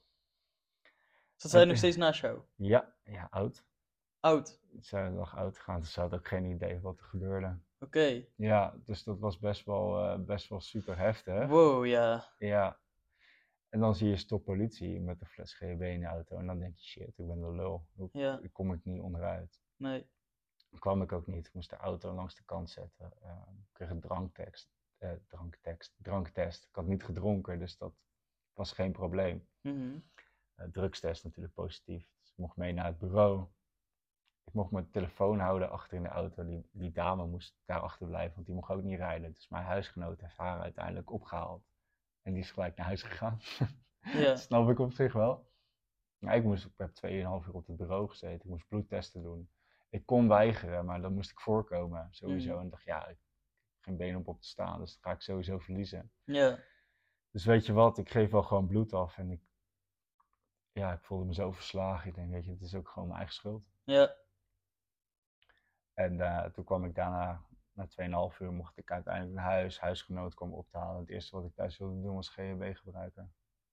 [SPEAKER 1] Zat zij nog steeds naast jou?
[SPEAKER 2] Ja, oud.
[SPEAKER 1] Oud.
[SPEAKER 2] Ze zijn nog oud gegaan, dus ze had ook geen idee wat er gebeurde.
[SPEAKER 1] Oké.
[SPEAKER 2] Ja, dus dat was best wel super heftig.
[SPEAKER 1] Wow, ja.
[SPEAKER 2] Ja. En dan zie je stop politie met een fles GHB in de auto. En dan denk je, shit, ik ben de lul.
[SPEAKER 1] Ja.
[SPEAKER 2] Ik kom ik niet onderuit.
[SPEAKER 1] Nee.
[SPEAKER 2] Dat kwam ik ook niet. Ik moest de auto langs de kant zetten. Ik kreeg een dranktest. Ik had niet gedronken, dus dat was geen probleem.
[SPEAKER 1] Mhm.
[SPEAKER 2] Drugstest natuurlijk positief. Dus ik mocht mee naar het bureau. Ik mocht mijn telefoon houden achter in de auto. Die dame moest daar achter blijven, want die mocht ook niet rijden. Dus mijn huisgenoot heeft haar uiteindelijk opgehaald. En die is gelijk naar huis gegaan.
[SPEAKER 1] Ja.
[SPEAKER 2] Dat snap ik op zich wel. Maar ik heb 2,5 uur op het bureau gezeten. Ik moest bloedtesten doen. Ik kon weigeren, maar dan moest ik voorkomen sowieso.
[SPEAKER 1] Mhm.
[SPEAKER 2] En dacht, ja, ik heb geen been op te staan, dus dat ga ik sowieso verliezen.
[SPEAKER 1] Ja.
[SPEAKER 2] Dus weet je wat, ik geef wel gewoon bloed af. En ik voelde me zo verslagen. Ik denk, weet je, het is ook gewoon mijn eigen schuld.
[SPEAKER 1] Ja.
[SPEAKER 2] En toen kwam ik daarna, na 2,5 uur, mocht ik uiteindelijk naar huis. Huisgenoot kwam op te halen. Het eerste wat ik thuis wilde doen was GHB gebruiken.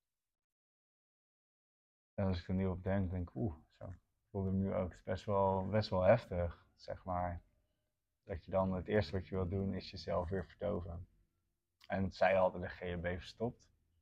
[SPEAKER 2] En als ik er nu op denk, denk ik, zo. Ik voelde me nu ook. Het is best wel heftig, zeg maar. Dat je dan het eerste wat je wil doen, is jezelf weer verdoven. En zij hadden de GHB verstopt.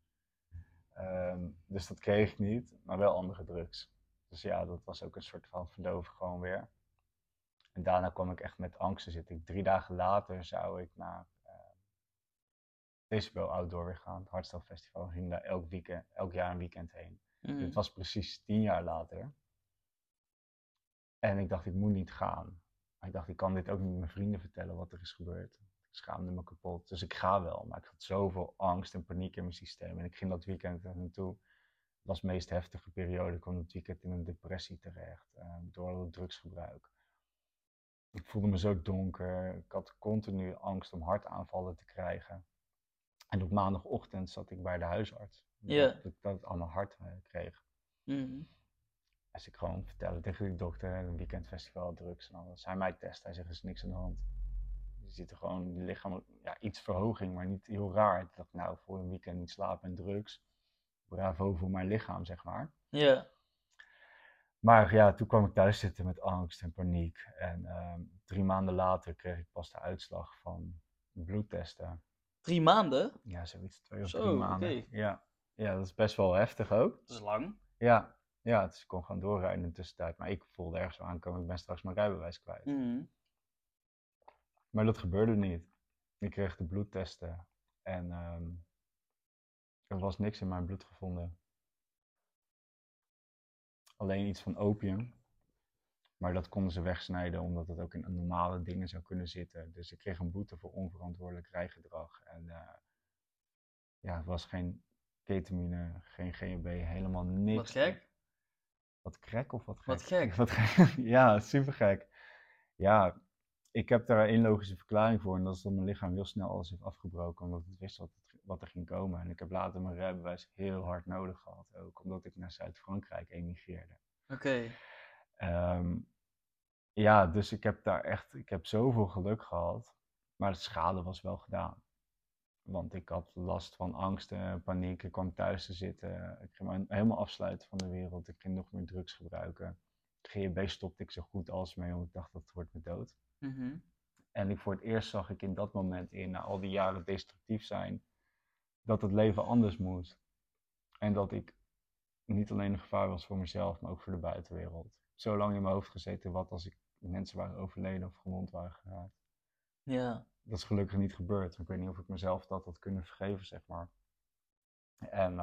[SPEAKER 2] Dus dat kreeg ik niet, maar wel andere drugs. Dus ja, dat was ook een soort van verdoven gewoon weer. En daarna kwam ik echt met angst te zitten. 3 dagen later zou ik naar Decibel Outdoor weer gaan, het Hardstyle Festival. Ik ging daar elk jaar een weekend heen.
[SPEAKER 1] Mhm.
[SPEAKER 2] Dit was precies 10 jaar later. En ik dacht, ik moet niet gaan. Maar ik dacht, ik kan dit ook niet met mijn vrienden vertellen wat er is gebeurd. Ik schaamde me kapot. Dus ik ga wel. Maar ik had zoveel angst en paniek in mijn systeem. En ik ging dat weekend er naartoe. Het was de meest heftige periode. Ik kwam dat weekend in een depressie terecht. Door al het drugsgebruik. Ik voelde me zo donker. Ik had continu angst om hartaanvallen te krijgen. En op maandagochtend zat ik bij de huisarts.
[SPEAKER 1] Ja.
[SPEAKER 2] Dat ik dat aan mijn hart kreeg.
[SPEAKER 1] Mhm.
[SPEAKER 2] Als ik gewoon vertelde tegen die dokter, een weekendfestival, drugs en alles. Hij mij test, hij zegt, er is niks aan de hand. Je ziet er gewoon je lichaam, ja, iets verhoging, maar niet heel raar. Ik dacht, nou, voor een weekend niet slapen en drugs. Bravo voor mijn lichaam, zeg maar.
[SPEAKER 1] Ja.
[SPEAKER 2] Maar ja, toen kwam ik thuis zitten met angst en paniek. En 3 maanden later kreeg ik pas de uitslag van bloedtesten.
[SPEAKER 1] 3 maanden?
[SPEAKER 2] Ja, zoiets, 2 of 3
[SPEAKER 1] Zo,
[SPEAKER 2] maanden.
[SPEAKER 1] oké.
[SPEAKER 2] Ja, dat is best wel heftig ook.
[SPEAKER 1] Dat is lang.
[SPEAKER 2] Ja, dus ik kon gewoon doorrijden in de tussentijd. Maar ik voelde ergens wel aankomen, ik ben straks mijn rijbewijs kwijt.
[SPEAKER 1] Mhm.
[SPEAKER 2] Maar dat gebeurde niet. Ik kreeg de bloedtesten en er was niks in mijn bloed gevonden. Alleen iets van opium. Maar dat konden ze wegsnijden omdat het ook in normale dingen zou kunnen zitten. Dus ik kreeg een boete voor onverantwoordelijk rijgedrag. En het was geen ketamine, geen GHB, helemaal niks.
[SPEAKER 1] Wat gek.
[SPEAKER 2] Wat crack of wat gek?
[SPEAKER 1] Wat gek.
[SPEAKER 2] Wat gek. Ja, super gek. Ja, ik heb daar een logische verklaring voor. En dat is dat mijn lichaam heel snel alles heeft afgebroken. Omdat het wist wat er ging komen. En ik heb later mijn rijbewijs heel hard nodig gehad, ook omdat ik naar Zuid-Frankrijk emigreerde.
[SPEAKER 1] Oké.
[SPEAKER 2] Ja, dus ik heb zoveel geluk gehad, maar de schade was wel gedaan. Want ik had last van angsten, paniek, ik kwam thuis te zitten. Ik ging me helemaal afsluiten van de wereld. Ik ging nog meer drugs gebruiken. GHB stopte ik zo goed als mee, want ik dacht dat wordt me dood.
[SPEAKER 1] Mhm.
[SPEAKER 2] En voor het eerst zag ik in dat moment na al die jaren destructief zijn, dat het leven anders moest. En dat ik niet alleen een gevaar was voor mezelf, maar ook voor de buitenwereld. Zo lang in mijn hoofd gezeten, wat als ik mensen waren overleden of gewond waren geraakt.
[SPEAKER 1] Ja.
[SPEAKER 2] Dat is gelukkig niet gebeurd. Ik weet niet of ik mezelf dat had kunnen vergeven, zeg maar. En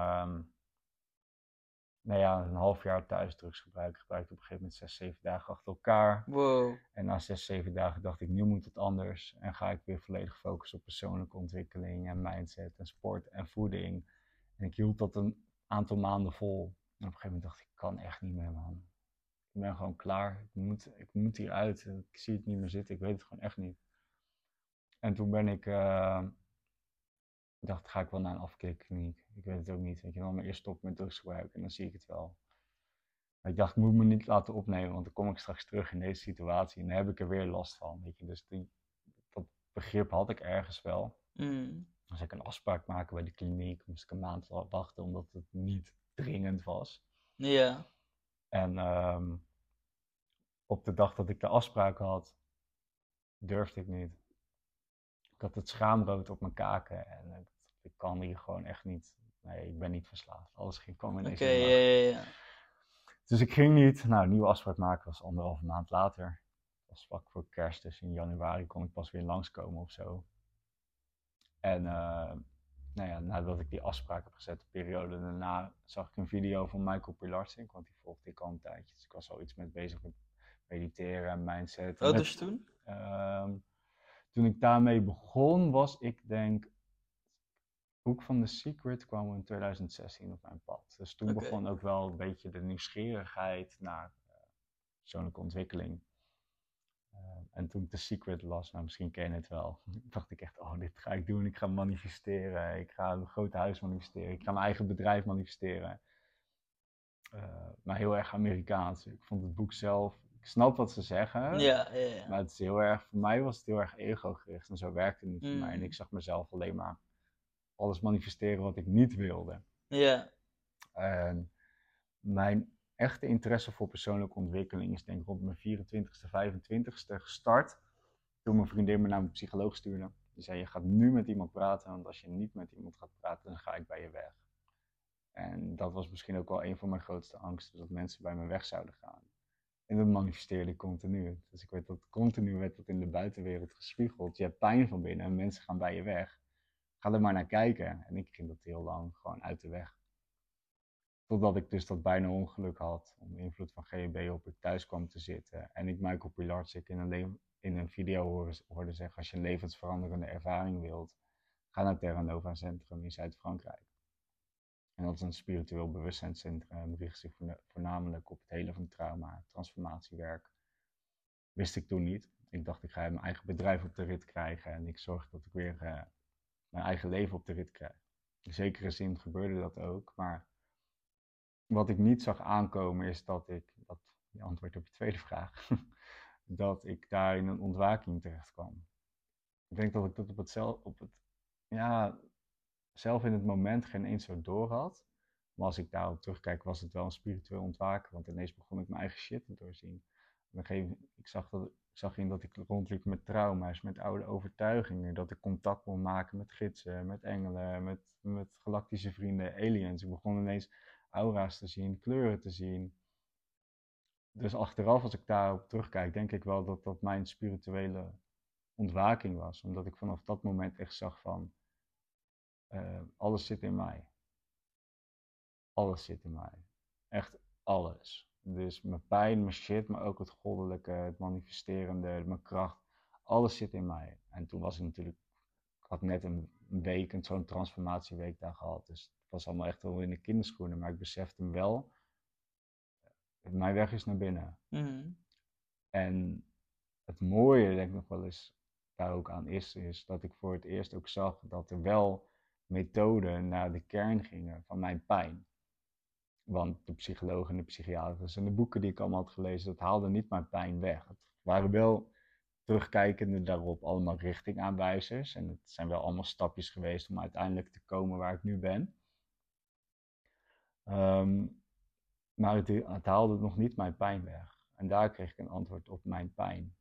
[SPEAKER 2] nou ja, een half jaar thuisdrugs gebruikte op een gegeven moment 6, 7 dagen achter elkaar.
[SPEAKER 1] Wow.
[SPEAKER 2] En na 6, 7 dagen dacht ik, nu moet het anders. En ga ik weer volledig focussen op persoonlijke ontwikkeling en mindset en sport en voeding. En ik hield dat een aantal maanden vol. En op een gegeven moment dacht ik, ik kan echt niet meer, man. Ik ben gewoon klaar. Ik moet hieruit. Ik zie het niet meer zitten. Ik weet het gewoon echt niet. En toen ben ik, dacht, ga ik wel naar een afkikkliniek. Ik weet het ook niet. Weet je wel, maar eerst stop met drugsgebruik en dan zie ik het wel. Maar ik dacht, ik moet me niet laten opnemen, want dan kom ik straks terug in deze situatie en dan heb ik er weer last van. Weet je? Dus dat begrip had ik ergens wel. Als ik een afspraak maakte bij de kliniek, moest ik een maand wachten omdat het niet dringend was.
[SPEAKER 1] Ja.
[SPEAKER 2] En op de dag dat ik de afspraak had, durfde ik niet. Ik had het schaamrood op mijn kaken en ik kan hier gewoon echt niet. Nee, ik ben niet verslaafd. Alles kwam ineens
[SPEAKER 1] Oké,
[SPEAKER 2] heel
[SPEAKER 1] ja,
[SPEAKER 2] erg.
[SPEAKER 1] ja, ja.
[SPEAKER 2] Dus ik ging niet. Nou, een nieuwe afspraak maken was 1,5 maand later. Dat was vlak voor kerst, dus in januari kon ik pas weer langskomen of zo. En nou ja, nadat ik die afspraak heb gezet, de periode daarna, zag ik een video van Michael Pilarczyk, want die volgde ik al een tijdje. Dus ik was al iets met bezig met mediteren en mindset.
[SPEAKER 1] Wat was je toen?
[SPEAKER 2] Toen ik daarmee begon, was ik denk Boek van The Secret kwam in 2016 op mijn pad. Dus toen begon ook wel een beetje de nieuwsgierigheid naar persoonlijke ontwikkeling. En toen ik The Secret las, nou misschien ken je het wel, dacht ik echt, oh dit ga ik doen. Ik ga manifesteren, ik ga een groot huis manifesteren, ik ga mijn eigen bedrijf manifesteren. Maar heel erg Amerikaans. Ik vond het boek zelf, ik snap wat ze zeggen, maar het is heel erg, voor mij was het heel erg ego-gericht en zo werkte het niet voor mij. En ik zag mezelf alleen maar alles manifesteren wat ik niet wilde.
[SPEAKER 1] Ja.
[SPEAKER 2] En mijn echte interesse voor persoonlijke ontwikkeling is denk ik rond mijn 24ste, 25ste gestart. Toen mijn vriendin me naar mijn psycholoog stuurde. Die zei, je gaat nu met iemand praten, want als je niet met iemand gaat praten, dan ga ik bij je weg. En dat was misschien ook wel een van mijn grootste angsten, dat mensen bij me weg zouden gaan. En dat manifesteerde ik continu. Dus ik weet dat continu werd dat in de buitenwereld gespiegeld. Je hebt pijn van binnen en mensen gaan bij je weg. Ga er maar naar kijken. En ik ging dat heel lang gewoon uit de weg. Totdat ik dus dat bijna ongeluk had, onder invloed van GHB op ik thuis kwam te zitten. En ik Michael Pilarczyk in een video hoorde zeggen, als je een levensveranderende ervaring wilt, ga naar Terra Nova Centrum in Zuid-Frankrijk. En dat is een spiritueel bewustzijnscentrum, richt zich voornamelijk op het helen van trauma, transformatiewerk. Wist ik toen niet. Ik dacht, ik ga mijn eigen bedrijf op de rit krijgen en ik zorg dat ik weer mijn eigen leven op de rit krijg. In zekere zin gebeurde dat ook, maar wat ik niet zag aankomen is dat je antwoord op je tweede vraag, dat ik daar in een ontwaking terecht kwam. Ik denk dat ik dat zelf in het moment geen eens zo door had. Maar als ik daarop terugkijk, was het wel een spiritueel ontwaken, want ineens begon ik mijn eigen shit te doorzien. Ik zag in dat ik rondliep met trauma's, met oude overtuigingen, dat ik contact kon maken met gidsen, met engelen, met galactische vrienden, aliens. Ik begon ineens aura's te zien, kleuren te zien. Dus achteraf, als ik daarop terugkijk, denk ik wel dat dat mijn spirituele ontwaking was. Omdat ik vanaf dat moment echt zag van, alles zit in mij. Alles zit in mij. Echt alles. Dus mijn pijn, mijn shit, maar ook het goddelijke, het manifesterende, mijn kracht. Alles zit in mij. En toen was ik natuurlijk, ik had net een week, zo'n transformatieweek daar gehad. Dus het was allemaal echt wel in de kinderschoenen. Maar ik besefte me wel, mijn weg is naar binnen. En het mooie, denk ik nog wel eens, daar ook aan is dat ik voor het eerst ook zag dat er wel methoden naar de kern gingen van mijn pijn. Want de psychologen en de psychiaters en de boeken die ik allemaal had gelezen, dat haalde niet mijn pijn weg. Het waren wel, terugkijkende daarop, allemaal richtingaanwijzers. En het zijn wel allemaal stapjes geweest om uiteindelijk te komen waar ik nu ben. Maar het haalde nog niet mijn pijn weg. En daar kreeg ik een antwoord op mijn pijn.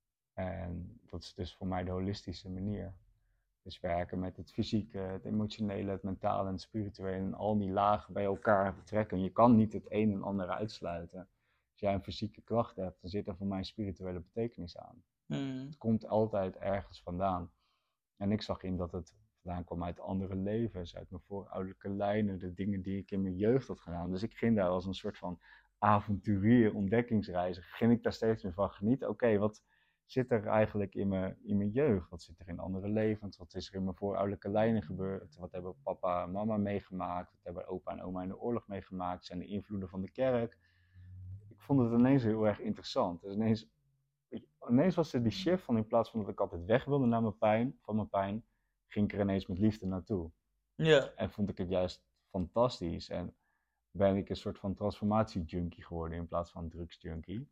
[SPEAKER 2] En dat is dus voor mij de holistische manier. Dus werken met het fysieke, het emotionele, het mentale en het spirituele en al die lagen bij elkaar betrekken. Je kan niet het een en ander uitsluiten. Als jij een fysieke klacht hebt, dan zit er voor mij een spirituele betekenis aan. Het komt altijd ergens vandaan. En ik zag in dat het vandaan kwam uit andere levens, uit mijn voorouderlijke lijnen, de dingen die ik in mijn jeugd had gedaan. Dus ik ging daar als een soort van avonturier, ontdekkingsreiziger, ging ik daar steeds meer van genieten. Oké, wat zit er eigenlijk in mijn jeugd? Wat zit er in andere levens? Wat is er in mijn voorouderlijke lijnen gebeurd? Wat hebben papa en mama meegemaakt? Wat hebben opa en oma in de oorlog meegemaakt? Zijn de invloeden van de kerk? Ik vond het ineens heel erg interessant. Dus ineens was er die shift van, in plaats van dat ik altijd weg wilde naar van mijn pijn, ging ik er ineens met liefde naartoe.
[SPEAKER 1] Ja.
[SPEAKER 2] En vond ik het juist fantastisch. En ben ik een soort van transformatie-junkie geworden in plaats van drugsjunkie.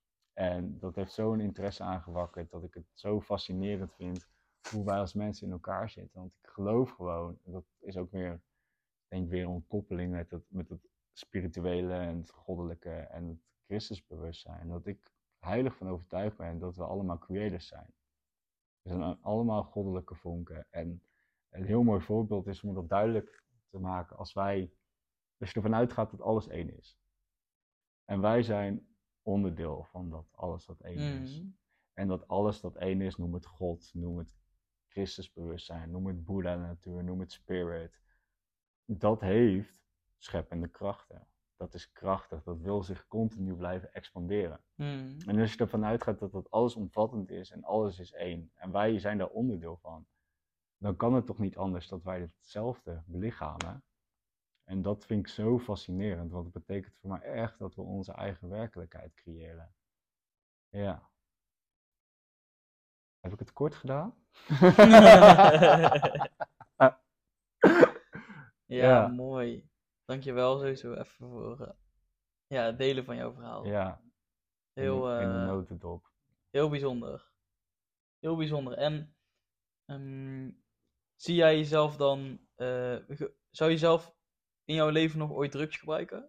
[SPEAKER 2] En dat heeft zo'n interesse aangewakkerd dat ik het zo fascinerend vind hoe wij als mensen in elkaar zitten. Want ik geloof gewoon, en dat is ook weer, denk ik, weer een koppeling met het spirituele en het goddelijke en het Christusbewustzijn. Dat ik heilig van overtuigd ben dat we allemaal creators zijn. We zijn allemaal goddelijke vonken. En een heel mooi voorbeeld is om dat duidelijk te maken als je ervan uitgaat dat alles één is. En wij zijn onderdeel van dat alles dat één is. En dat alles dat één is, noem het God, noem het Christusbewustzijn, noem het Boeddha-natuur, noem het spirit. Dat heeft scheppende krachten. Dat is krachtig, dat wil zich continu blijven expanderen. En als je ervan uitgaat dat dat allesomvattend is en alles is één, en wij zijn daar onderdeel van, dan kan het toch niet anders dat wij hetzelfde belichamen. En dat vind ik zo fascinerend, want het betekent voor mij echt dat we onze eigen werkelijkheid creëren. Ja. Heb ik het kort gedaan?
[SPEAKER 1] Ja, mooi. Dankjewel sowieso even voor het delen van jouw verhaal.
[SPEAKER 2] Ja,
[SPEAKER 1] heel,
[SPEAKER 2] in een notendop.
[SPEAKER 1] Heel bijzonder. Heel bijzonder. En zie jij jezelf dan, zou je zelf in jouw leven nog ooit drugs gebruiken?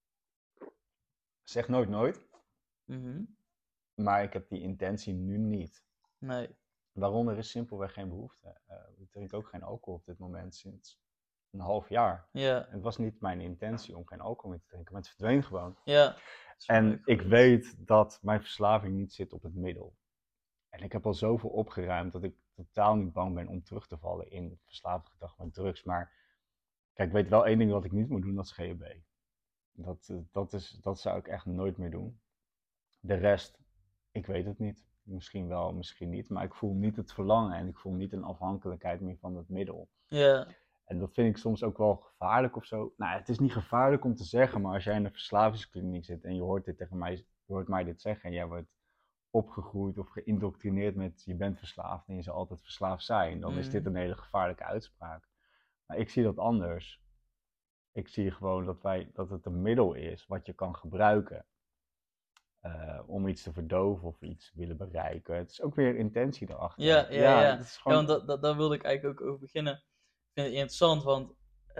[SPEAKER 2] Zeg nooit nooit. Maar ik heb die intentie nu niet.
[SPEAKER 1] Nee.
[SPEAKER 2] Waarom? Er is simpelweg geen behoefte. Ik drink ook geen alcohol op dit moment sinds een half jaar.
[SPEAKER 1] Ja.
[SPEAKER 2] Het was niet mijn intentie om geen alcohol meer te drinken, maar het verdween gewoon.
[SPEAKER 1] Ja.
[SPEAKER 2] En ik weet dat mijn verslaving niet zit op het middel. En ik heb al zoveel opgeruimd dat ik totaal niet bang ben om terug te vallen in verslaafd gedrag met drugs. Maar kijk, ik weet wel één ding wat ik niet moet doen, dat is GHB. Dat zou ik echt nooit meer doen. De rest, ik weet het niet. Misschien wel, misschien niet. Maar ik voel niet het verlangen en ik voel niet een afhankelijkheid meer van het middel.
[SPEAKER 1] Ja.
[SPEAKER 2] En dat vind ik soms ook wel gevaarlijk of zo. Nou, het is niet gevaarlijk om te zeggen, maar als jij in een verslavingskliniek zit en je hoort dit tegen mij, je hoort mij dit zeggen en jij wordt opgegroeid of geïndoctrineerd met je bent verslaafd en je zal altijd verslaafd zijn, dan is dit een hele gevaarlijke uitspraak. Maar ik zie dat anders. Ik zie gewoon dat het een middel is wat je kan gebruiken om iets te verdoven of iets te willen bereiken. Het is ook weer intentie erachter.
[SPEAKER 1] Ja.
[SPEAKER 2] Het is gewoon...
[SPEAKER 1] Ja, want daar wilde ik eigenlijk ook over beginnen. Ik vind het interessant, want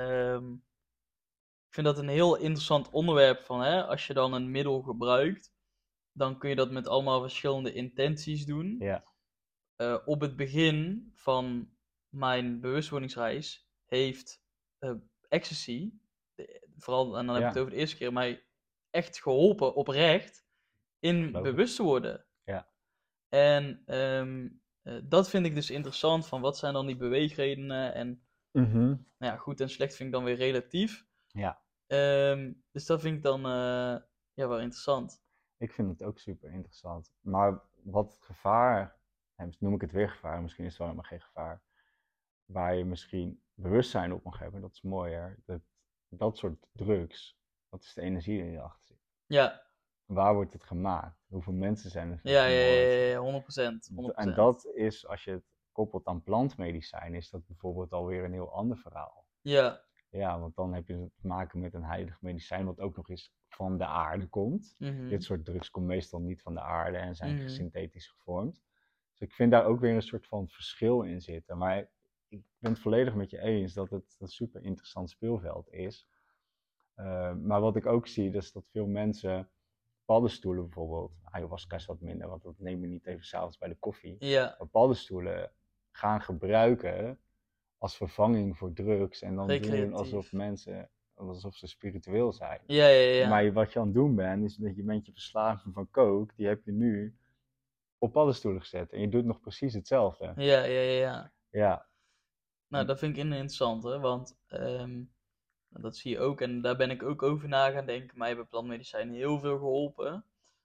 [SPEAKER 1] ik vind dat een heel interessant onderwerp van, als je dan een middel gebruikt, dan kun je dat met allemaal verschillende intenties doen.
[SPEAKER 2] Ja.
[SPEAKER 1] Op het begin van mijn bewustwordingsreis heeft ecstasy, vooral, en dan heb ik het over de eerste keer, mij echt geholpen oprecht in bewust te worden.
[SPEAKER 2] Ja.
[SPEAKER 1] En dat vind ik dus interessant, van wat zijn dan die beweegredenen en nou ja, goed en slecht vind ik dan weer relatief.
[SPEAKER 2] Ja.
[SPEAKER 1] Dus dat vind ik dan wel interessant.
[SPEAKER 2] Ik vind het ook super interessant. Maar wat gevaar, noem ik het weer gevaar, misschien is het wel helemaal geen gevaar, waar je misschien bewustzijn op mag hebben, dat is mooier. Dat soort drugs, dat is de energie die erachter zit.
[SPEAKER 1] Ja.
[SPEAKER 2] Waar wordt het gemaakt? Hoeveel mensen zijn er
[SPEAKER 1] Ja, 100%.
[SPEAKER 2] En dat is, als je het gekoppeld aan plantmedicijn, is dat bijvoorbeeld alweer een heel ander verhaal.
[SPEAKER 1] Ja.
[SPEAKER 2] Ja, want dan heb je te maken met een heilig medicijn wat ook nog eens van de aarde komt. Dit soort drugs komt meestal niet van de aarde en zijn synthetisch gevormd. Dus ik vind daar ook weer een soort van verschil in zitten. Maar ik ben het volledig met je eens dat het een super interessant speelveld is. Maar wat ik ook zie, is dat veel mensen paddenstoelen bijvoorbeeld, ayahuasca is wat minder, want dat neem je niet even 's avonds bij de koffie.
[SPEAKER 1] Ja.
[SPEAKER 2] Maar paddenstoelen gaan gebruiken als vervanging voor drugs en dan doen alsof mensen, alsof ze spiritueel zijn.
[SPEAKER 1] Ja.
[SPEAKER 2] Maar wat je aan het doen bent, is dat je bent je verslaving van coke, die heb je nu op paddenstoelen gezet en je doet nog precies hetzelfde.
[SPEAKER 1] Ja. Nou, dat vind ik interessant, hè, want dat zie je ook en daar ben ik ook over na gaan denken. Mij hebben plantmedicijnen heel veel geholpen.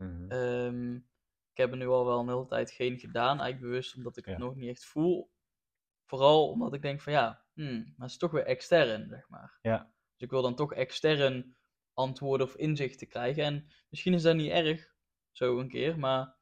[SPEAKER 1] Ik heb er nu al wel een hele tijd geen gedaan, eigenlijk bewust omdat ik het nog niet echt voel. Vooral omdat ik denk van maar het is toch weer extern, zeg maar.
[SPEAKER 2] Ja.
[SPEAKER 1] Dus ik wil dan toch extern antwoorden of inzichten krijgen. En misschien is dat niet erg, zo een keer, maar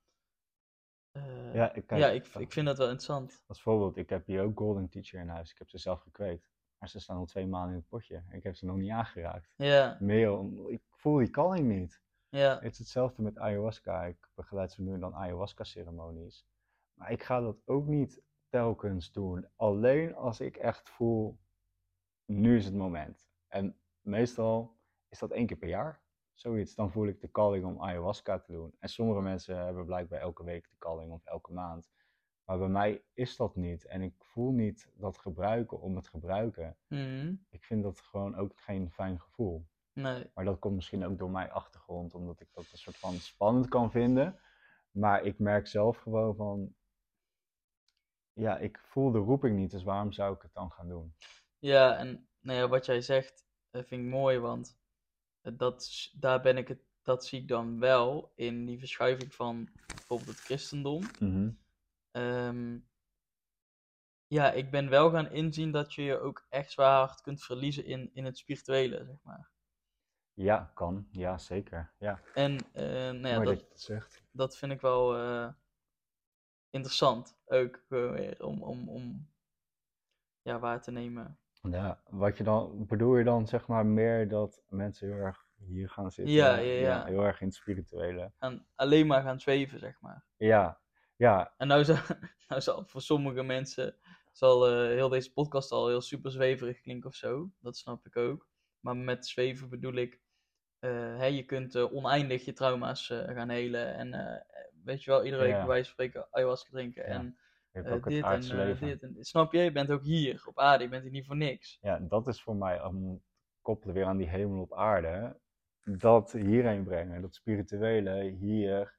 [SPEAKER 1] ik vind dat wel interessant.
[SPEAKER 2] Als voorbeeld, ik heb hier ook Golden Teacher in huis. Ik heb ze zelf gekweekt. Maar ze staan al 2 maanden in het potje. Ik heb ze nog niet aangeraakt.
[SPEAKER 1] Ja.
[SPEAKER 2] Ik voel die kalling niet.
[SPEAKER 1] Ja.
[SPEAKER 2] Het is hetzelfde met ayahuasca. Ik begeleid zo nu en dan ayahuasca-ceremonies. Maar ik ga dat ook niet telkens doen. Alleen als ik echt voel, nu is het moment. En meestal is dat 1 keer per jaar. Zoiets. Dan voel ik de calling om ayahuasca te doen. En sommige mensen hebben blijkbaar elke week de calling of elke maand. Maar bij mij is dat niet. En ik voel niet dat gebruiken om het gebruiken. Ik vind dat gewoon ook geen fijn gevoel.
[SPEAKER 1] Nee.
[SPEAKER 2] Maar dat komt misschien ook door mijn achtergrond, omdat ik dat een soort van spannend kan vinden. Maar ik merk zelf gewoon van, ja, ik voel de roeping niet, dus waarom zou ik het dan gaan doen?
[SPEAKER 1] Ja, en wat jij zegt vind ik mooi, want dat zie ik dan wel in die verschuiving van bijvoorbeeld het christendom. Ik ben wel gaan inzien dat je je ook echt zwaar hard kunt verliezen in het spirituele, zeg maar.
[SPEAKER 2] Ja, kan. Ja, zeker. Ja.
[SPEAKER 1] En
[SPEAKER 2] Mooi dat je dat zegt.
[SPEAKER 1] Dat vind ik wel interessant, ook weer om waar te nemen.
[SPEAKER 2] Ja, bedoel je dan zeg maar meer dat mensen heel erg hier gaan zitten?
[SPEAKER 1] Ja.
[SPEAKER 2] Heel erg in het spirituele.
[SPEAKER 1] En alleen maar gaan zweven, zeg maar.
[SPEAKER 2] Ja. En
[SPEAKER 1] nou zal voor sommige mensen heel deze podcast al heel super zweverig klinken of zo. Dat snap ik ook. Maar met zweven bedoel ik, je kunt oneindig je trauma's gaan helen. En weet je wel, iedere week bij wijze van spreken ayahuasca drinken. En
[SPEAKER 2] je hebt ook het
[SPEAKER 1] dit
[SPEAKER 2] aardse
[SPEAKER 1] en
[SPEAKER 2] leven.
[SPEAKER 1] dit. En, snap je? Je bent ook hier op aarde. Je bent hier niet voor niks.
[SPEAKER 2] Ja, dat is voor mij, om koppelen weer aan die hemel op aarde, dat hierheen brengen, dat spirituele hier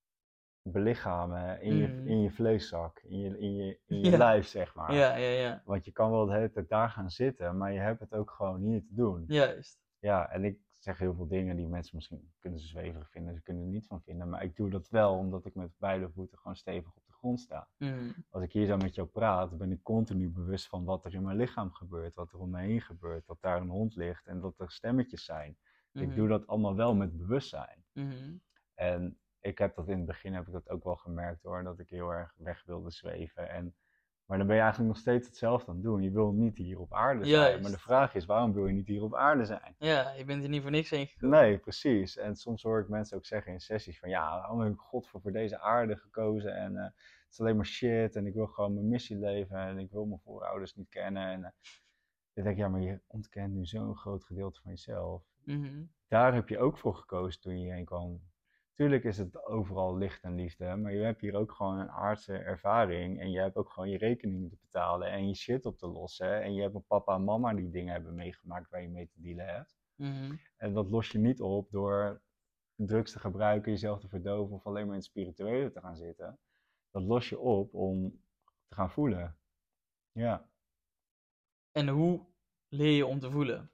[SPEAKER 2] belichamen in je vleeszak, in je lijf, zeg maar.
[SPEAKER 1] Ja.
[SPEAKER 2] Want je kan wel de hele tijd daar gaan zitten, maar je hebt het ook gewoon hier te doen.
[SPEAKER 1] Juist.
[SPEAKER 2] Ja, en ik zeg heel veel dingen die mensen misschien kunnen ze zweverig vinden, ze kunnen er niet van vinden, maar ik doe dat wel omdat ik met beide voeten gewoon stevig op de grond sta. Als ik hier zo met jou praat, ben ik continu bewust van wat er in mijn lichaam gebeurt, wat er om me heen gebeurt, dat daar een hond ligt en dat er stemmetjes zijn. Ik doe dat allemaal wel met bewustzijn. En ik heb dat in het begin ook wel gemerkt hoor, dat ik heel erg weg wilde zweven. Maar dan ben je eigenlijk nog steeds hetzelfde aan het doen. Je wil niet hier op aarde zijn.
[SPEAKER 1] Juist.
[SPEAKER 2] Maar de vraag is, waarom wil je niet hier op aarde zijn?
[SPEAKER 1] Ja, je bent hier niet voor niks heen gekomen.
[SPEAKER 2] Nee, precies. En soms hoor ik mensen ook zeggen in sessies van, ja, waarom heb ik God voor deze aarde gekozen? En het is alleen maar shit en ik wil gewoon mijn missie leven en ik wil mijn voorouders niet kennen. En ik denk, ja, maar je ontkent nu zo'n groot gedeelte van jezelf. Daar heb je ook voor gekozen toen je hierheen kwam. Tuurlijk is het overal licht en liefde, maar je hebt hier ook gewoon een aardse ervaring en je hebt ook gewoon je rekening te betalen en je shit op te lossen en je hebt een papa en mama die dingen hebben meegemaakt waar je mee te dealen hebt. En dat los je niet op door drugs te gebruiken, jezelf te verdoven of alleen maar in het spirituele te gaan zitten. Dat los je op om te gaan voelen. Ja.
[SPEAKER 1] En hoe leer je om te voelen?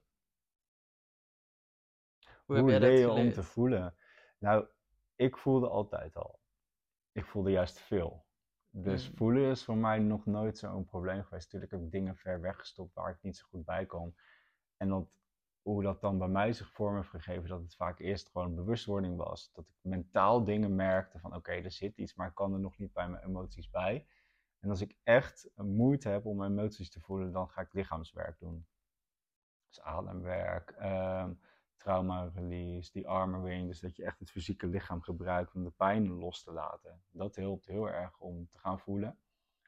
[SPEAKER 2] Hoe leer je om te voelen? Nou, ik voelde altijd al. Ik voelde juist veel. Dus voelen is voor mij nog nooit zo'n probleem geweest. Natuurlijk heb ik dingen ver weggestopt waar ik niet zo goed bij kom. En hoe dat dan bij mij zich vorm heeft gegeven, dat het vaak eerst gewoon bewustwording was. Dat ik mentaal dingen merkte van oké, er zit iets, maar ik kan er nog niet bij mijn emoties bij. En als ik echt moeite heb om mijn emoties te voelen, dan ga ik lichaamswerk doen. Dus ademwerk, trauma release, die armoring. Dus dat je echt het fysieke lichaam gebruikt om de pijn los te laten. Dat helpt heel erg om te gaan voelen.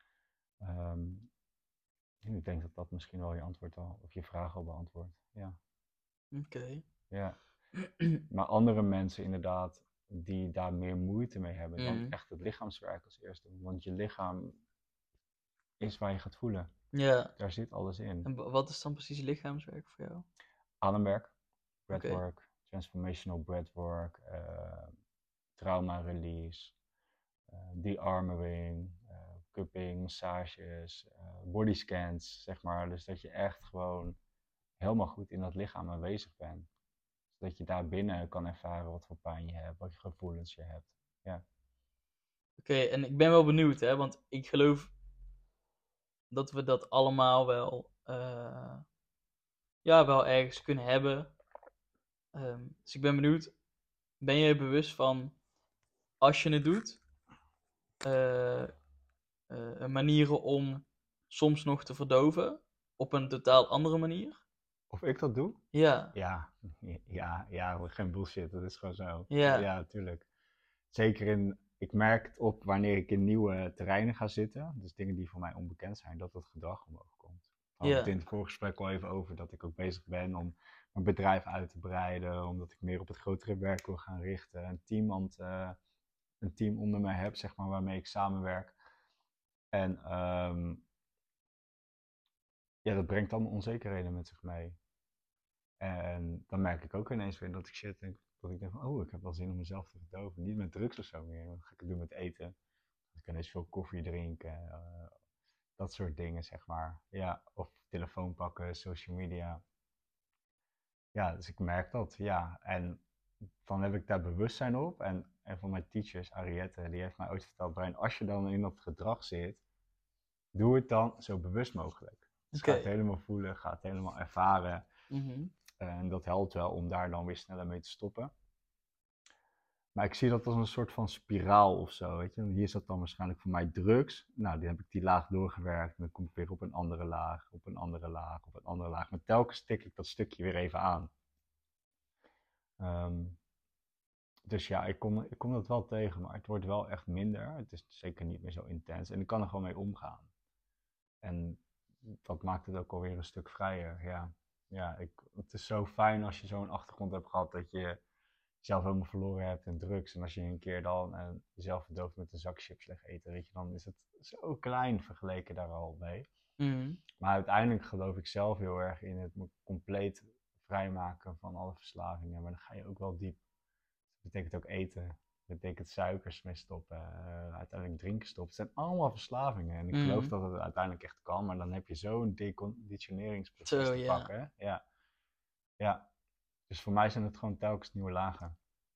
[SPEAKER 2] Ik denk dat dat misschien wel je antwoord al, of je vraag al beantwoordt. Ja.
[SPEAKER 1] Oké.
[SPEAKER 2] Ja. Maar andere mensen inderdaad, die daar meer moeite mee hebben, dan echt het lichaamswerk als eerste doen. Want je lichaam is waar je gaat voelen.
[SPEAKER 1] Ja.
[SPEAKER 2] Daar zit alles in.
[SPEAKER 1] En wat is dan precies lichaamswerk voor jou?
[SPEAKER 2] Ademwerk,
[SPEAKER 1] Oké.
[SPEAKER 2] breathwork, transformational breathwork, trauma release, de-armoring, cupping, massages, bodyscans, zeg maar. Dus dat je echt gewoon helemaal goed in dat lichaam aanwezig bent. Zodat je daar binnen kan ervaren wat voor pijn je hebt, wat voor gevoelens je hebt. Ja.
[SPEAKER 1] Oké, en ik ben wel benieuwd, hè, want ik geloof dat we dat allemaal wel, ja, wel ergens kunnen hebben. Dus ik ben benieuwd, ben je bewust van, als je het doet, manieren om soms nog te verdoven op een totaal andere manier?
[SPEAKER 2] Of ik dat doe?
[SPEAKER 1] Ja,
[SPEAKER 2] Ja, geen bullshit, dat is gewoon zo.
[SPEAKER 1] ja,
[SPEAKER 2] Ja, tuurlijk. Zeker ik merk het op wanneer ik in nieuwe terreinen ga zitten, dus dingen die voor mij onbekend zijn, dat het gedrag omhoog komt. We hadden het in
[SPEAKER 1] ja.
[SPEAKER 2] het voorgesprek al even over dat ik ook bezig ben om mijn bedrijf uit te breiden, omdat ik meer op het grotere werk wil gaan richten, een team onder mij heb, zeg maar, waarmee ik samenwerk. En ja, dat brengt allemaal onzekerheden met zich mee. En dan merk ik ook ineens weer dat ik denk, van, oh, ik heb wel zin om mezelf te verdoven. Niet met drugs of zo meer, dan ga ik het doen met eten. Ik kan eens veel koffie drinken, dat soort dingen, zeg maar. Ja, of telefoon pakken, social media. Ja, dus ik merk dat, ja. En dan heb ik daar bewustzijn op. En een van mijn teachers, Ariette, die heeft mij ooit verteld, Brian, als je dan in dat gedrag zit, doe het dan zo bewust mogelijk. Dus ga het
[SPEAKER 1] Oké.
[SPEAKER 2] helemaal voelen, ga het helemaal ervaren.
[SPEAKER 1] Mhm.
[SPEAKER 2] En dat helpt wel om daar dan weer sneller mee te stoppen. Maar ik zie dat als een soort van spiraal of zo, weet je. Hier zat dan waarschijnlijk voor mij drugs. Nou, die heb ik die laag doorgewerkt. En dan kom ik weer op een andere laag, op een andere laag, op een andere laag. Maar telkens tik ik dat stukje weer even aan. Dus ja, ik kom dat wel tegen, maar het wordt wel echt minder. Het is zeker niet meer zo intens. En ik kan er gewoon mee omgaan. En dat maakt het ook alweer een stuk vrijer, ja. Ja, het is zo fijn als je zo'n achtergrond hebt gehad dat je jezelf helemaal verloren hebt in drugs. En als je een keer dan jezelf verdooft met een zak chips leg eten, weet je, dan is het zo klein vergeleken daar al mee.
[SPEAKER 1] Mhm.
[SPEAKER 2] Maar uiteindelijk geloof ik zelf heel erg in het me compleet vrijmaken van alle verslavingen. Maar dan ga je ook wel diep. Dat betekent ook eten. Dat betekent suikers mee stoppen. Uiteindelijk drinken stoppen. Het zijn allemaal verslavingen. En ik geloof
[SPEAKER 1] Mhm.
[SPEAKER 2] dat het uiteindelijk echt kan. Maar dan heb je zo'n deconditioneringsproces
[SPEAKER 1] Zo,
[SPEAKER 2] te
[SPEAKER 1] ja.
[SPEAKER 2] pakken. Ja. Ja. Dus voor mij zijn het gewoon telkens nieuwe lagen.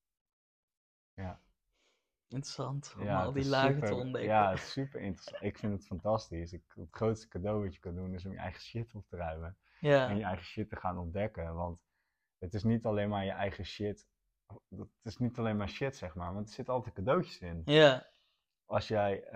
[SPEAKER 2] Ja.
[SPEAKER 1] Interessant om
[SPEAKER 2] Ja,
[SPEAKER 1] al
[SPEAKER 2] het
[SPEAKER 1] die
[SPEAKER 2] is
[SPEAKER 1] lagen te
[SPEAKER 2] super, ja,
[SPEAKER 1] ontdekken.
[SPEAKER 2] het is super interessant. Ik vind het fantastisch. Het grootste cadeau wat je kan doen is om je eigen shit op te ruimen. En
[SPEAKER 1] Ja,
[SPEAKER 2] je eigen shit te gaan ontdekken. Want het is niet alleen maar je eigen shit. Het is niet alleen maar shit, zeg maar. Want er zitten altijd cadeautjes in.
[SPEAKER 1] ja,
[SPEAKER 2] Als jij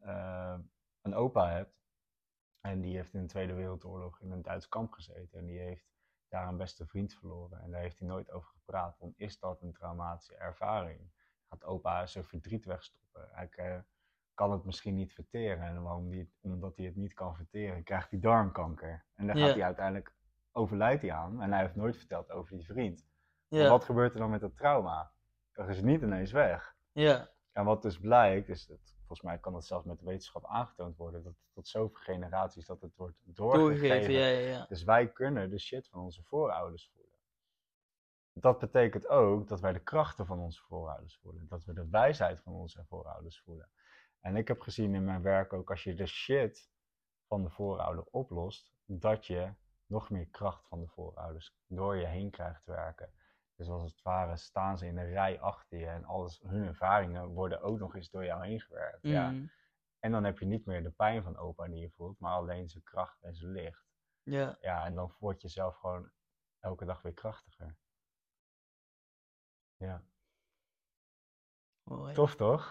[SPEAKER 2] een opa hebt. En die heeft in de Tweede Wereldoorlog in een Duits kamp gezeten. En die heeft daar een beste vriend verloren. En daar heeft hij nooit over gepraat. Dan is dat een traumatische ervaring. Gaat opa zijn verdriet wegstoppen. Hij kan het misschien niet verteren. En omdat hij het niet kan verteren, krijgt hij darmkanker. En daar gaat hij
[SPEAKER 1] ja,
[SPEAKER 2] uiteindelijk, overlijdt hij aan. En hij heeft nooit verteld over die vriend. Maar
[SPEAKER 1] ja,
[SPEAKER 2] wat gebeurt er dan met dat trauma? Dat is niet ineens weg.
[SPEAKER 1] ja.
[SPEAKER 2] En wat dus blijkt, is dat, volgens mij kan dat zelfs met de wetenschap aangetoond worden, dat tot zoveel generaties dat het wordt
[SPEAKER 1] Doorgegeven, ja,
[SPEAKER 2] doorgegeven.
[SPEAKER 1] ja, ja.
[SPEAKER 2] Dus wij kunnen de shit van onze voorouders voelen. Dat betekent ook dat wij de krachten van onze voorouders voelen. Dat we de wijsheid van onze voorouders voelen. En ik heb gezien in mijn werk ook, als je de shit van de voorouder oplost, dat je nog meer kracht van de voorouders door je heen krijgt te werken. Dus als het ware staan ze in een rij achter je en hun ervaringen worden ook nog eens door jou heen gewerkt. Ja.
[SPEAKER 1] Mhm.
[SPEAKER 2] En dan heb je niet meer de pijn van opa die je voelt, maar alleen zijn kracht en zijn licht.
[SPEAKER 1] Ja,
[SPEAKER 2] Ja, en dan word je zelf gewoon elke dag weer krachtiger. Ja.
[SPEAKER 1] mooi.
[SPEAKER 2] Tof toch?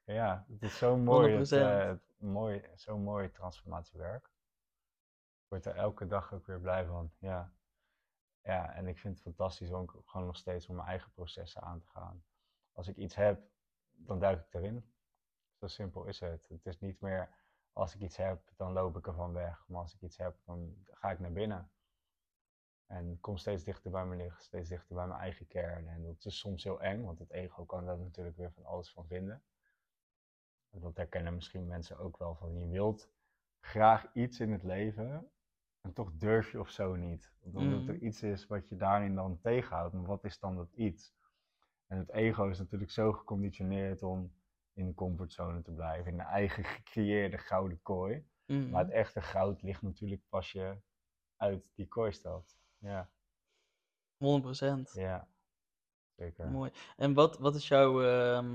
[SPEAKER 2] Ja, het is zo mooi,
[SPEAKER 1] 100%.
[SPEAKER 2] zo'n mooi transformatiewerk. Ik word er elke dag ook weer blij van. Ja. Ja, en ik vind het fantastisch om ook gewoon nog steeds om mijn eigen processen aan te gaan. Als ik iets heb, dan duik ik erin. Zo simpel is het. Het is niet meer als ik iets heb, dan loop ik ervan weg. Maar als ik iets heb, dan ga ik naar binnen. En kom steeds dichter bij mijn licht, steeds dichter bij mijn eigen kern. En dat is soms heel eng, want het ego kan daar natuurlijk weer van alles van vinden. En dat herkennen misschien mensen ook wel van je wilt graag iets in het leven en toch durf je of zo niet. Omdat er iets is wat je daarin dan tegenhoudt. Maar wat is dan dat iets? En het ego is natuurlijk zo geconditioneerd om in de comfortzone te blijven, in de eigen gecreëerde gouden kooi. Maar het echte goud ligt natuurlijk pas je uit die kooi stapt. Ja,
[SPEAKER 1] 100%.
[SPEAKER 2] ja, zeker.
[SPEAKER 1] Mooi. En wat is jouw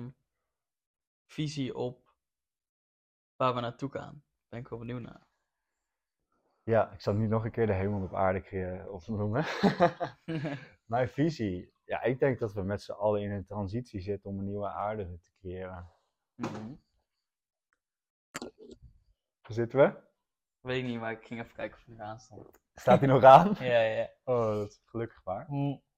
[SPEAKER 1] visie op waar we naartoe gaan? Ben ik wel benieuwd naar.
[SPEAKER 2] Ja, ik zal niet nog een keer de hemel op aarde opnoemen. Mijn visie. Ja, ik denk dat we met z'n allen in een transitie zitten om een nieuwe aarde te creëren. Zitten we?
[SPEAKER 1] Weet ik niet, maar ik ging even kijken of hij nog aan stond.
[SPEAKER 2] Staat hij nog aan?
[SPEAKER 1] Ja.
[SPEAKER 2] Oh, dat is gelukkig waar.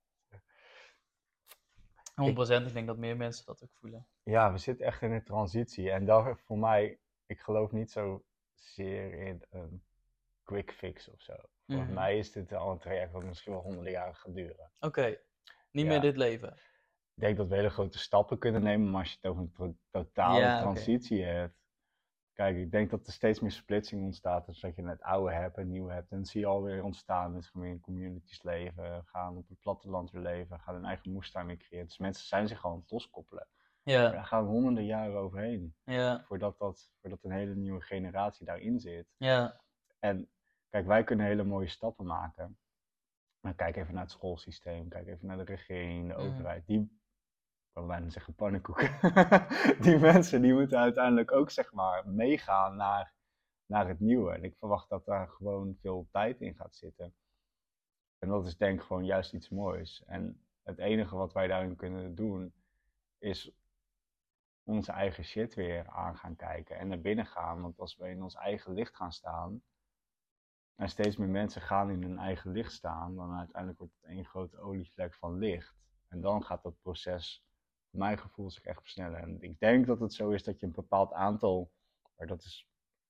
[SPEAKER 1] 100%, ik denk dat meer mensen dat ook voelen.
[SPEAKER 2] Ja, we zitten echt in een transitie. En dat voor mij, ik geloof niet zozeer in een quick fix of zo. Volgens mij is dit al een traject wat misschien wel honderden jaren gaat duren.
[SPEAKER 1] Oké, niet
[SPEAKER 2] Ja.
[SPEAKER 1] meer dit leven.
[SPEAKER 2] Ik denk dat we hele grote stappen kunnen nemen, maar als je het over een totale transitie hebt. Kijk, ik denk dat er steeds meer splitsing ontstaat. Dus dat je het oude hebt en het nieuwe hebt. En dat zie je alweer ontstaan. Dus gewoon in communities leven, gaan op het platteland weer leven, gaan hun eigen moestuin weer creëren. Dus mensen zijn zich gewoon aan het loskoppelen.
[SPEAKER 1] Ja.
[SPEAKER 2] Maar daar gaan honderden jaren overheen.
[SPEAKER 1] Ja.
[SPEAKER 2] Voordat een hele nieuwe generatie daarin zit.
[SPEAKER 1] Ja.
[SPEAKER 2] En kijk, wij kunnen hele mooie stappen maken. Maar kijk even naar het schoolsysteem, kijk even naar de regering, de overheid. Die, ik kan bijna zeggen pannenkoeken. Die mensen die moeten uiteindelijk ook zeg maar meegaan naar het nieuwe. En ik verwacht dat daar gewoon veel tijd in gaat zitten. En dat is denk ik gewoon juist iets moois. En het enige wat wij daarin kunnen doen is onze eigen shit weer aan gaan kijken en naar binnen gaan. Want als we in ons eigen licht gaan staan en steeds meer mensen gaan in hun eigen licht staan, dan uiteindelijk wordt het één grote olievlek van licht. En dan gaat dat proces, voor mijn gevoel, zich echt versnellen. En ik denk dat het zo is dat je een bepaald aantal, maar dat is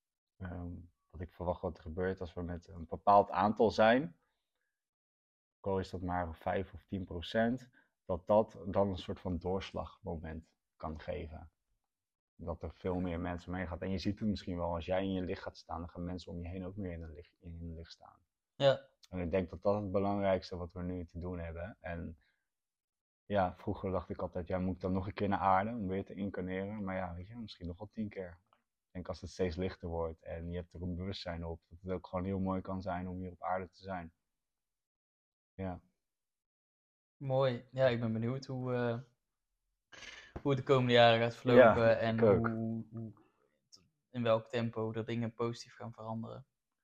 [SPEAKER 2] wat ik verwacht wat er gebeurt als we met een bepaald aantal zijn, ook al is dat maar 5 of 10%, dat dan een soort van doorslagmoment kan geven. Dat er veel meer mensen meegaan. En je ziet het misschien wel, als jij in je licht gaat staan, dan gaan mensen om je heen ook meer in hun licht staan.
[SPEAKER 1] Ja.
[SPEAKER 2] En ik denk dat dat het belangrijkste wat we nu te doen hebben. En ja, vroeger dacht ik altijd, ja, moet ik dan nog een keer naar aarde om weer te incarneren? Maar ja, weet je, misschien nog wel 10 keer. Ik denk als het steeds lichter wordt en je hebt er een bewustzijn op, dat het ook gewoon heel mooi kan zijn om hier op aarde te zijn. Ja.
[SPEAKER 1] Mooi. Ja, ik ben benieuwd hoe het de komende jaren gaat verlopen
[SPEAKER 2] Ja,
[SPEAKER 1] en
[SPEAKER 2] ik ook.
[SPEAKER 1] in welk tempo er dingen positief gaan veranderen.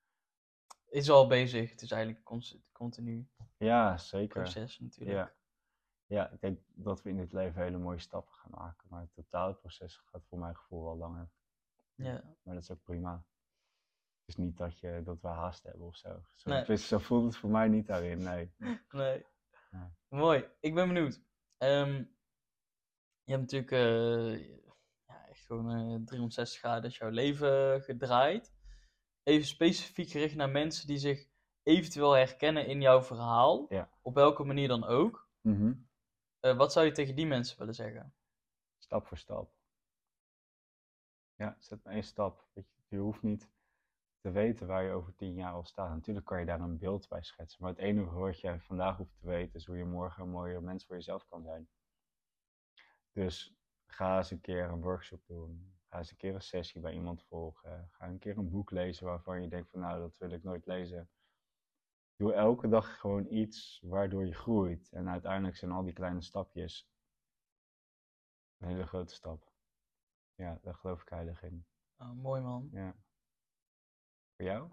[SPEAKER 1] Is al bezig, het is eigenlijk continu
[SPEAKER 2] Ja, zeker.
[SPEAKER 1] proces natuurlijk.
[SPEAKER 2] Ja, ik denk dat we in dit leven hele mooie stappen gaan maken, maar het totale proces gaat voor mijn gevoel wel langer.
[SPEAKER 1] Ja.
[SPEAKER 2] Maar dat is ook prima. Het is niet dat we haast hebben of zo.
[SPEAKER 1] Nee.
[SPEAKER 2] Zo voelt het voor mij niet daarin, nee.
[SPEAKER 1] Nee.
[SPEAKER 2] Ja.
[SPEAKER 1] Mooi, ik ben benieuwd. Je hebt natuurlijk echt gewoon 360 graden is jouw leven gedraaid. Even specifiek gericht naar mensen die zich eventueel herkennen in jouw verhaal.
[SPEAKER 2] Ja.
[SPEAKER 1] Op welke manier dan ook.
[SPEAKER 2] Mhm.
[SPEAKER 1] Wat zou je tegen die mensen willen zeggen?
[SPEAKER 2] Stap voor stap. Ja, zet maar één stap. Je hoeft niet te weten waar je over 10 jaar al staat. Natuurlijk kan je daar een beeld bij schetsen. Maar het enige wat je vandaag hoeft te weten is hoe je morgen een mooier mens voor jezelf kan zijn. Dus ga eens een keer een workshop doen. Ga eens een keer een sessie bij iemand volgen. Ga een keer een boek lezen waarvan je denkt van nou, dat wil ik nooit lezen. Doe elke dag gewoon iets waardoor je groeit. En uiteindelijk zijn al die kleine stapjes een hele grote stap. Ja, daar geloof ik heilig in.
[SPEAKER 1] Oh, mooi man.
[SPEAKER 2] Ja. Voor jou?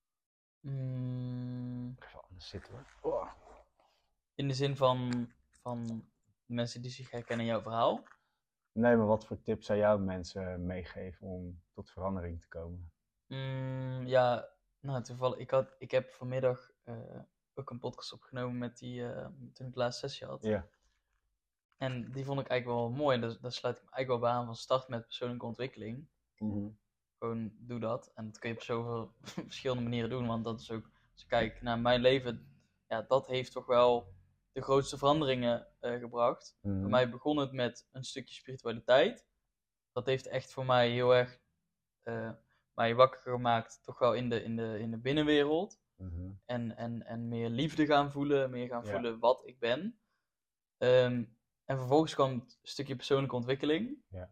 [SPEAKER 2] Even anders zitten hoor. Oh.
[SPEAKER 1] In de zin van mensen die zich herkennen in jouw verhaal?
[SPEAKER 2] Nee, maar wat voor tips zou jij mensen meegeven om tot verandering te komen?
[SPEAKER 1] Ja, nou toevallig, ik heb vanmiddag ook een podcast opgenomen met die, toen ik de laatste sessie had.
[SPEAKER 2] Ja.
[SPEAKER 1] En die vond ik eigenlijk wel mooi. En daar sluit ik me eigenlijk wel bij aan van start met persoonlijke ontwikkeling.
[SPEAKER 2] Mhm.
[SPEAKER 1] Gewoon doe dat. En dat kun je op zoveel verschillende manieren doen. Want dat is ook, als ik kijk naar mijn leven, ja, dat heeft toch wel de grootste veranderingen gebracht.
[SPEAKER 2] Mhm.
[SPEAKER 1] Bij mij begon het met een stukje spiritualiteit. Dat heeft echt voor mij heel erg mij wakker gemaakt, toch wel in de binnenwereld.
[SPEAKER 2] Mhm.
[SPEAKER 1] En meer liefde gaan voelen, meer gaan
[SPEAKER 2] Ja.
[SPEAKER 1] voelen wat ik ben. En vervolgens kwam het stukje persoonlijke ontwikkeling.
[SPEAKER 2] Ja.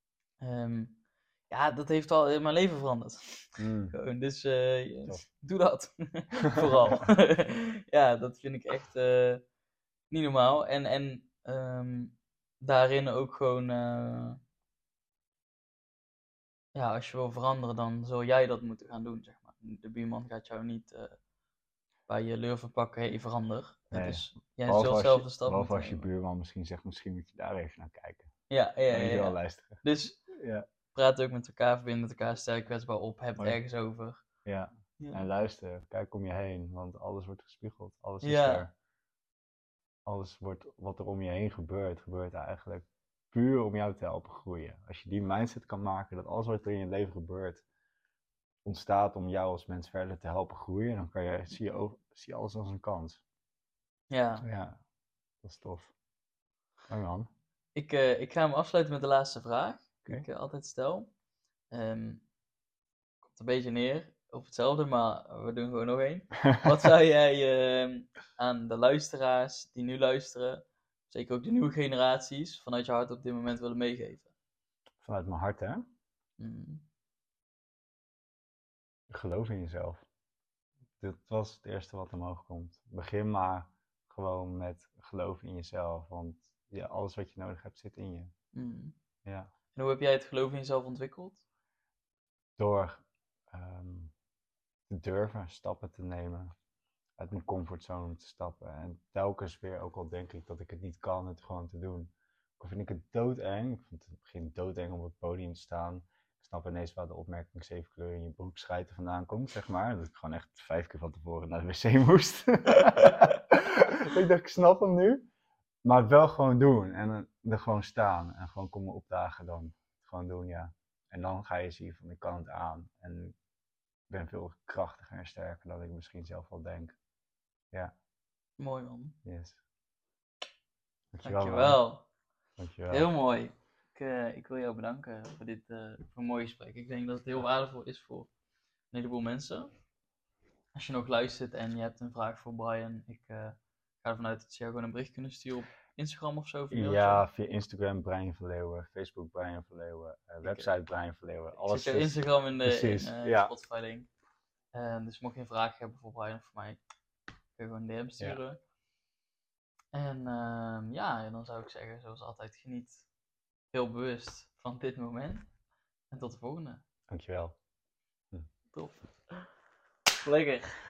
[SPEAKER 1] Ja, dat heeft al mijn leven veranderd.
[SPEAKER 2] Mm.
[SPEAKER 1] Gewoon, dus
[SPEAKER 2] Tof.
[SPEAKER 1] doe dat. Vooral. Ja, dat vind ik echt niet normaal. En daarin ook gewoon, ja, als je wil veranderen, dan zul jij dat moeten gaan doen, zeg maar. De buurman gaat jou niet bij je lurven pakken, hey, verander.
[SPEAKER 2] Nee.
[SPEAKER 1] Dus jij
[SPEAKER 2] Behalve
[SPEAKER 1] zult
[SPEAKER 2] als
[SPEAKER 1] zelf
[SPEAKER 2] je,
[SPEAKER 1] de stap
[SPEAKER 2] behalve
[SPEAKER 1] moeten
[SPEAKER 2] als je
[SPEAKER 1] nemen.
[SPEAKER 2] buurman misschien zegt, misschien moet je daar even naar kijken.
[SPEAKER 1] Ja,
[SPEAKER 2] Dan moet je wel luisteren.
[SPEAKER 1] Dus
[SPEAKER 2] Ja.
[SPEAKER 1] praat ook met elkaar, verbind met elkaar, sterk kwetsbaar op, heb het
[SPEAKER 2] Mooi.
[SPEAKER 1] ergens over.
[SPEAKER 2] Ja.
[SPEAKER 1] Ja.
[SPEAKER 2] En luister, kijk om je heen, want alles wordt gespiegeld. Alles is
[SPEAKER 1] Ja.
[SPEAKER 2] er. Alles wat er om je heen gebeurt, gebeurt eigenlijk puur om jou te helpen groeien. Als je die mindset kan maken dat alles wat er in je leven gebeurt, ontstaat om jou als mens verder te helpen groeien, dan zie je alles als een kans.
[SPEAKER 1] Ja.
[SPEAKER 2] Ja, dat is tof. Mooi man.
[SPEAKER 1] Ik ga hem afsluiten met de laatste vraag die
[SPEAKER 2] Oké.
[SPEAKER 1] ik altijd stel. Komt een beetje neer op hetzelfde, maar we doen gewoon nog één. Wat zou jij aan de luisteraars die nu luisteren, zeker ook de nieuwe generaties, vanuit je hart op dit moment willen meegeven?
[SPEAKER 2] Vanuit mijn hart, hè?
[SPEAKER 1] Mm.
[SPEAKER 2] Geloof in jezelf. Dit was het eerste wat omhoog komt. Begin maar gewoon met geloof in jezelf, want ja, alles wat je nodig hebt zit in je.
[SPEAKER 1] Mm.
[SPEAKER 2] Ja.
[SPEAKER 1] En hoe heb jij het geloof in jezelf ontwikkeld?
[SPEAKER 2] Door te durven stappen te nemen, uit mijn comfortzone te stappen en telkens weer, ook al denk ik dat ik het niet kan, het gewoon te doen. Of vind ik het doodeng, ik vond het in het begin doodeng om op het podium te staan. Ik snap ineens waar de opmerking 7 kleuren in je broek schijten vandaan komt, zeg maar. Dat ik gewoon echt 5 keer van tevoren naar de wc moest. Ik dacht, ik snap hem nu. Maar wel gewoon doen en er gewoon staan en gewoon komen opdagen dan. Gewoon doen, ja. En dan ga je zien van ik kan het aan en ik ben veel krachtiger en sterker dan ik misschien zelf wel denk. Ja.
[SPEAKER 1] Mooi man.
[SPEAKER 2] Yes.
[SPEAKER 1] Dankjewel.
[SPEAKER 2] Dankjewel.
[SPEAKER 1] Heel mooi. Ik wil jou bedanken voor dit voor een mooi gesprek. Ik denk dat het heel waardevol is voor een heleboel mensen. Als je nog luistert en je hebt een vraag voor Brian, ik ga ervan uit dat ze jou gewoon een bericht kunnen sturen op Instagram of zo. Of een mailtje.
[SPEAKER 2] Ja, via Instagram Brian Verleeuwen, Facebook Brian Verleeuwen, website Brian Verleeuwen.
[SPEAKER 1] Ik zet jouw Instagram in
[SPEAKER 2] precies,
[SPEAKER 1] de
[SPEAKER 2] ja.
[SPEAKER 1] Spotify link. Dus mocht je een vraag hebben voor Brian of voor mij, kun je gewoon een DM sturen. Ja. En ja, dan zou ik zeggen, zoals altijd, geniet heel bewust van dit moment. En tot de volgende.
[SPEAKER 2] Dankjewel.
[SPEAKER 1] Top. Lekker.